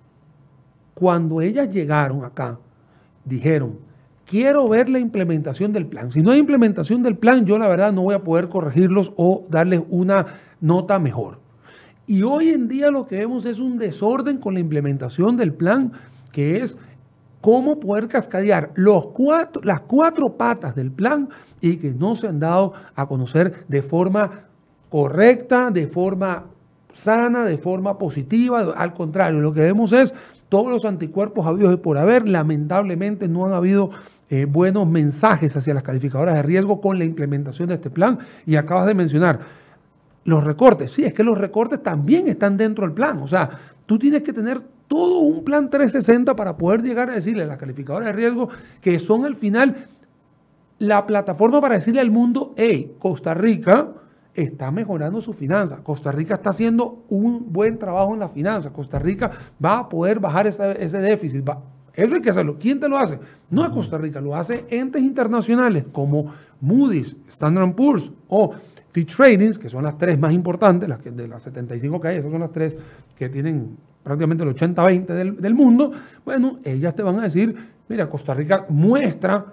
cuando ellas llegaron acá, dijeron, quiero ver la implementación del plan. Si no hay implementación del plan, yo la verdad no voy a poder corregirlos o darles una nota mejor. Y hoy en día lo que vemos es un desorden con la implementación del plan, que es cómo poder cascadear los cuatro, las cuatro patas del plan y que no se han dado a conocer de forma correcta, de forma sana, de forma positiva. Al contrario, lo que vemos es todos los anticuerpos habidos y por haber. Lamentablemente no han habido eh, buenos mensajes hacia las calificadoras de riesgo con la implementación de este plan. Y acabas de mencionar los recortes. Sí, es que los recortes también están dentro del plan. O sea, tú tienes que tener todo un plan trescientos sesenta para poder llegar a decirle a las calificadoras de riesgo que son al final la plataforma para decirle al mundo, hey, Costa Rica está mejorando sus finanzas, Costa Rica está haciendo un buen trabajo en las finanzas, Costa Rica va a poder bajar esa, ese déficit. Va. Eso hay que hacerlo. ¿Quién te lo hace? No es Costa Rica, lo hace entes internacionales como Moody's, Standard and Poor's o Fitch Ratings, que son las tres más importantes, las que, de las setenta y cinco que hay, esas son las tres que tienen prácticamente el ochenta veinte del, del mundo. Bueno, ellas te van a decir, mira, Costa Rica muestra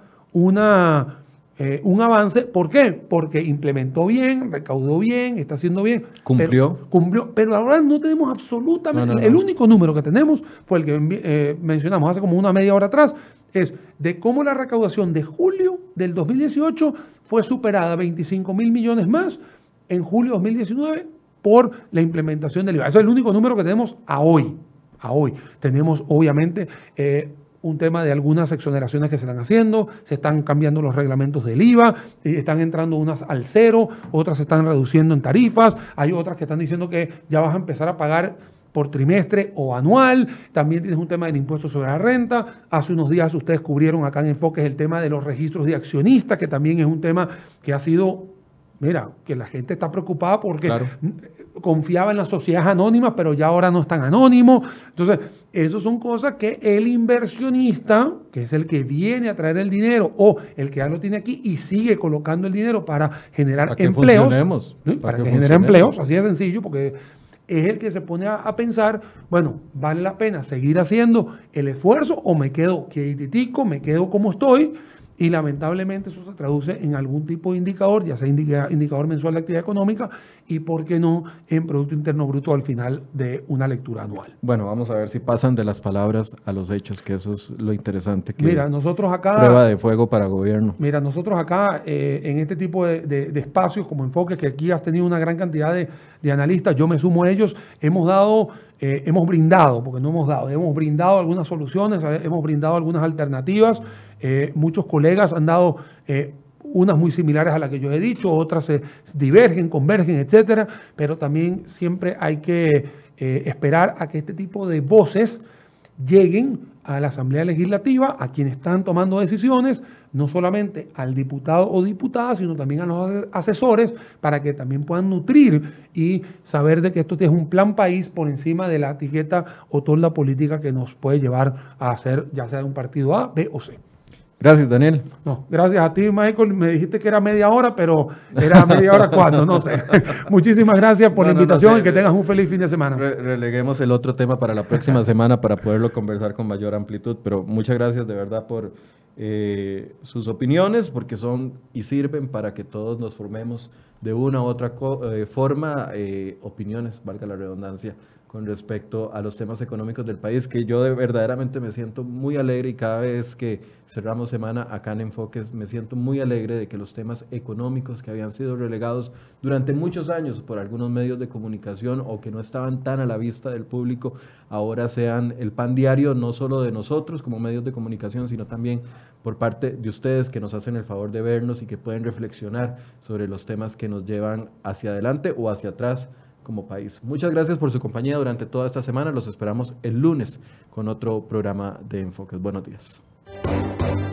una, eh, un avance. ¿Por qué? Porque implementó bien, recaudó bien, está haciendo bien. Cumplió. Pero, cumplió, pero ahora no tenemos absolutamente... No, no, no. El único número que tenemos fue el que eh, mencionamos hace como una media hora atrás, es de cómo la recaudación de julio del dos mil dieciocho fue superada veinticinco mil millones más en julio de dos mil diecinueve por la implementación del I V A. Eso es el único número que tenemos a hoy. A hoy. Tenemos, obviamente, eh, un tema de algunas exoneraciones que se están haciendo, se están cambiando los reglamentos del I V A, eh, están entrando unas al cero, otras se están reduciendo en tarifas, hay otras que están diciendo que ya vas a empezar a pagar por trimestre o anual. También tienes un tema del impuesto sobre la renta. Hace unos días ustedes cubrieron acá en Enfoques el tema de los registros de accionistas, que también es un tema que ha sido... Mira, que la gente está preocupada porque claro. confiaba en las sociedades anónimas, pero ya ahora no están anónimos. Entonces, esas son cosas que el inversionista, que es el que viene a traer el dinero, o el que ya lo tiene aquí y sigue colocando el dinero para generar para que empleos. Funcionemos, ¿sí? Para, para que, que genere empleos, así de sencillo, porque es el que se pone a, a pensar, bueno, ¿vale la pena seguir haciendo el esfuerzo o me quedo quietitico, me quedo como estoy? Y lamentablemente eso se traduce en algún tipo de indicador, ya sea indica, indicador mensual de actividad económica y, ¿por qué no?, en Producto Interno Bruto al final de una lectura anual. Bueno, vamos a ver si pasan de las palabras a los hechos, que eso es lo interesante. Que mira, nosotros acá... Prueba de fuego para gobierno. Mira, nosotros acá, eh, en este tipo de, de, de espacios como Enfoques, que aquí has tenido una gran cantidad de, de analistas, yo me sumo a ellos, hemos dado... Eh, hemos brindado, porque no hemos dado, hemos brindado algunas soluciones, hemos brindado algunas alternativas. Eh, muchos colegas han dado eh, unas muy similares a las que yo he dicho, otras se divergen, convergen, etcétera, pero también siempre hay que eh, esperar a que este tipo de voces lleguen a la Asamblea Legislativa, a quienes están tomando decisiones, no solamente al diputado o diputada, sino también a los asesores, para que también puedan nutrir y saber de que esto es un plan país por encima de la etiqueta o tolda política que nos puede llevar a hacer, ya sea de un partido A, B o C. Gracias, Daniel. No, gracias a ti, Michael. Me dijiste que era media hora, pero era media hora cuando, no sé. Muchísimas gracias por no, la invitación no, no, te, y que tengas un feliz fin de semana. Re releguemos el otro tema para la próxima semana para poderlo conversar con mayor amplitud, pero muchas gracias de verdad por eh, sus opiniones, porque son y sirven para que todos nos formemos de una u otra eh, forma, eh, opiniones, valga la redundancia, con respecto a los temas económicos del país, que yo de verdaderamente me siento muy alegre y cada vez que cerramos semana acá en Enfoques me siento muy alegre de que los temas económicos que habían sido relegados durante muchos años por algunos medios de comunicación o que no estaban tan a la vista del público, ahora sean el pan diario no solo de nosotros como medios de comunicación, sino también por parte de ustedes que nos hacen el favor de vernos y que pueden reflexionar sobre los temas que nos llevan hacia adelante o hacia atrás como país. Muchas gracias por su compañía durante toda esta semana. Los esperamos el lunes con otro programa de Enfoques. Buenos días.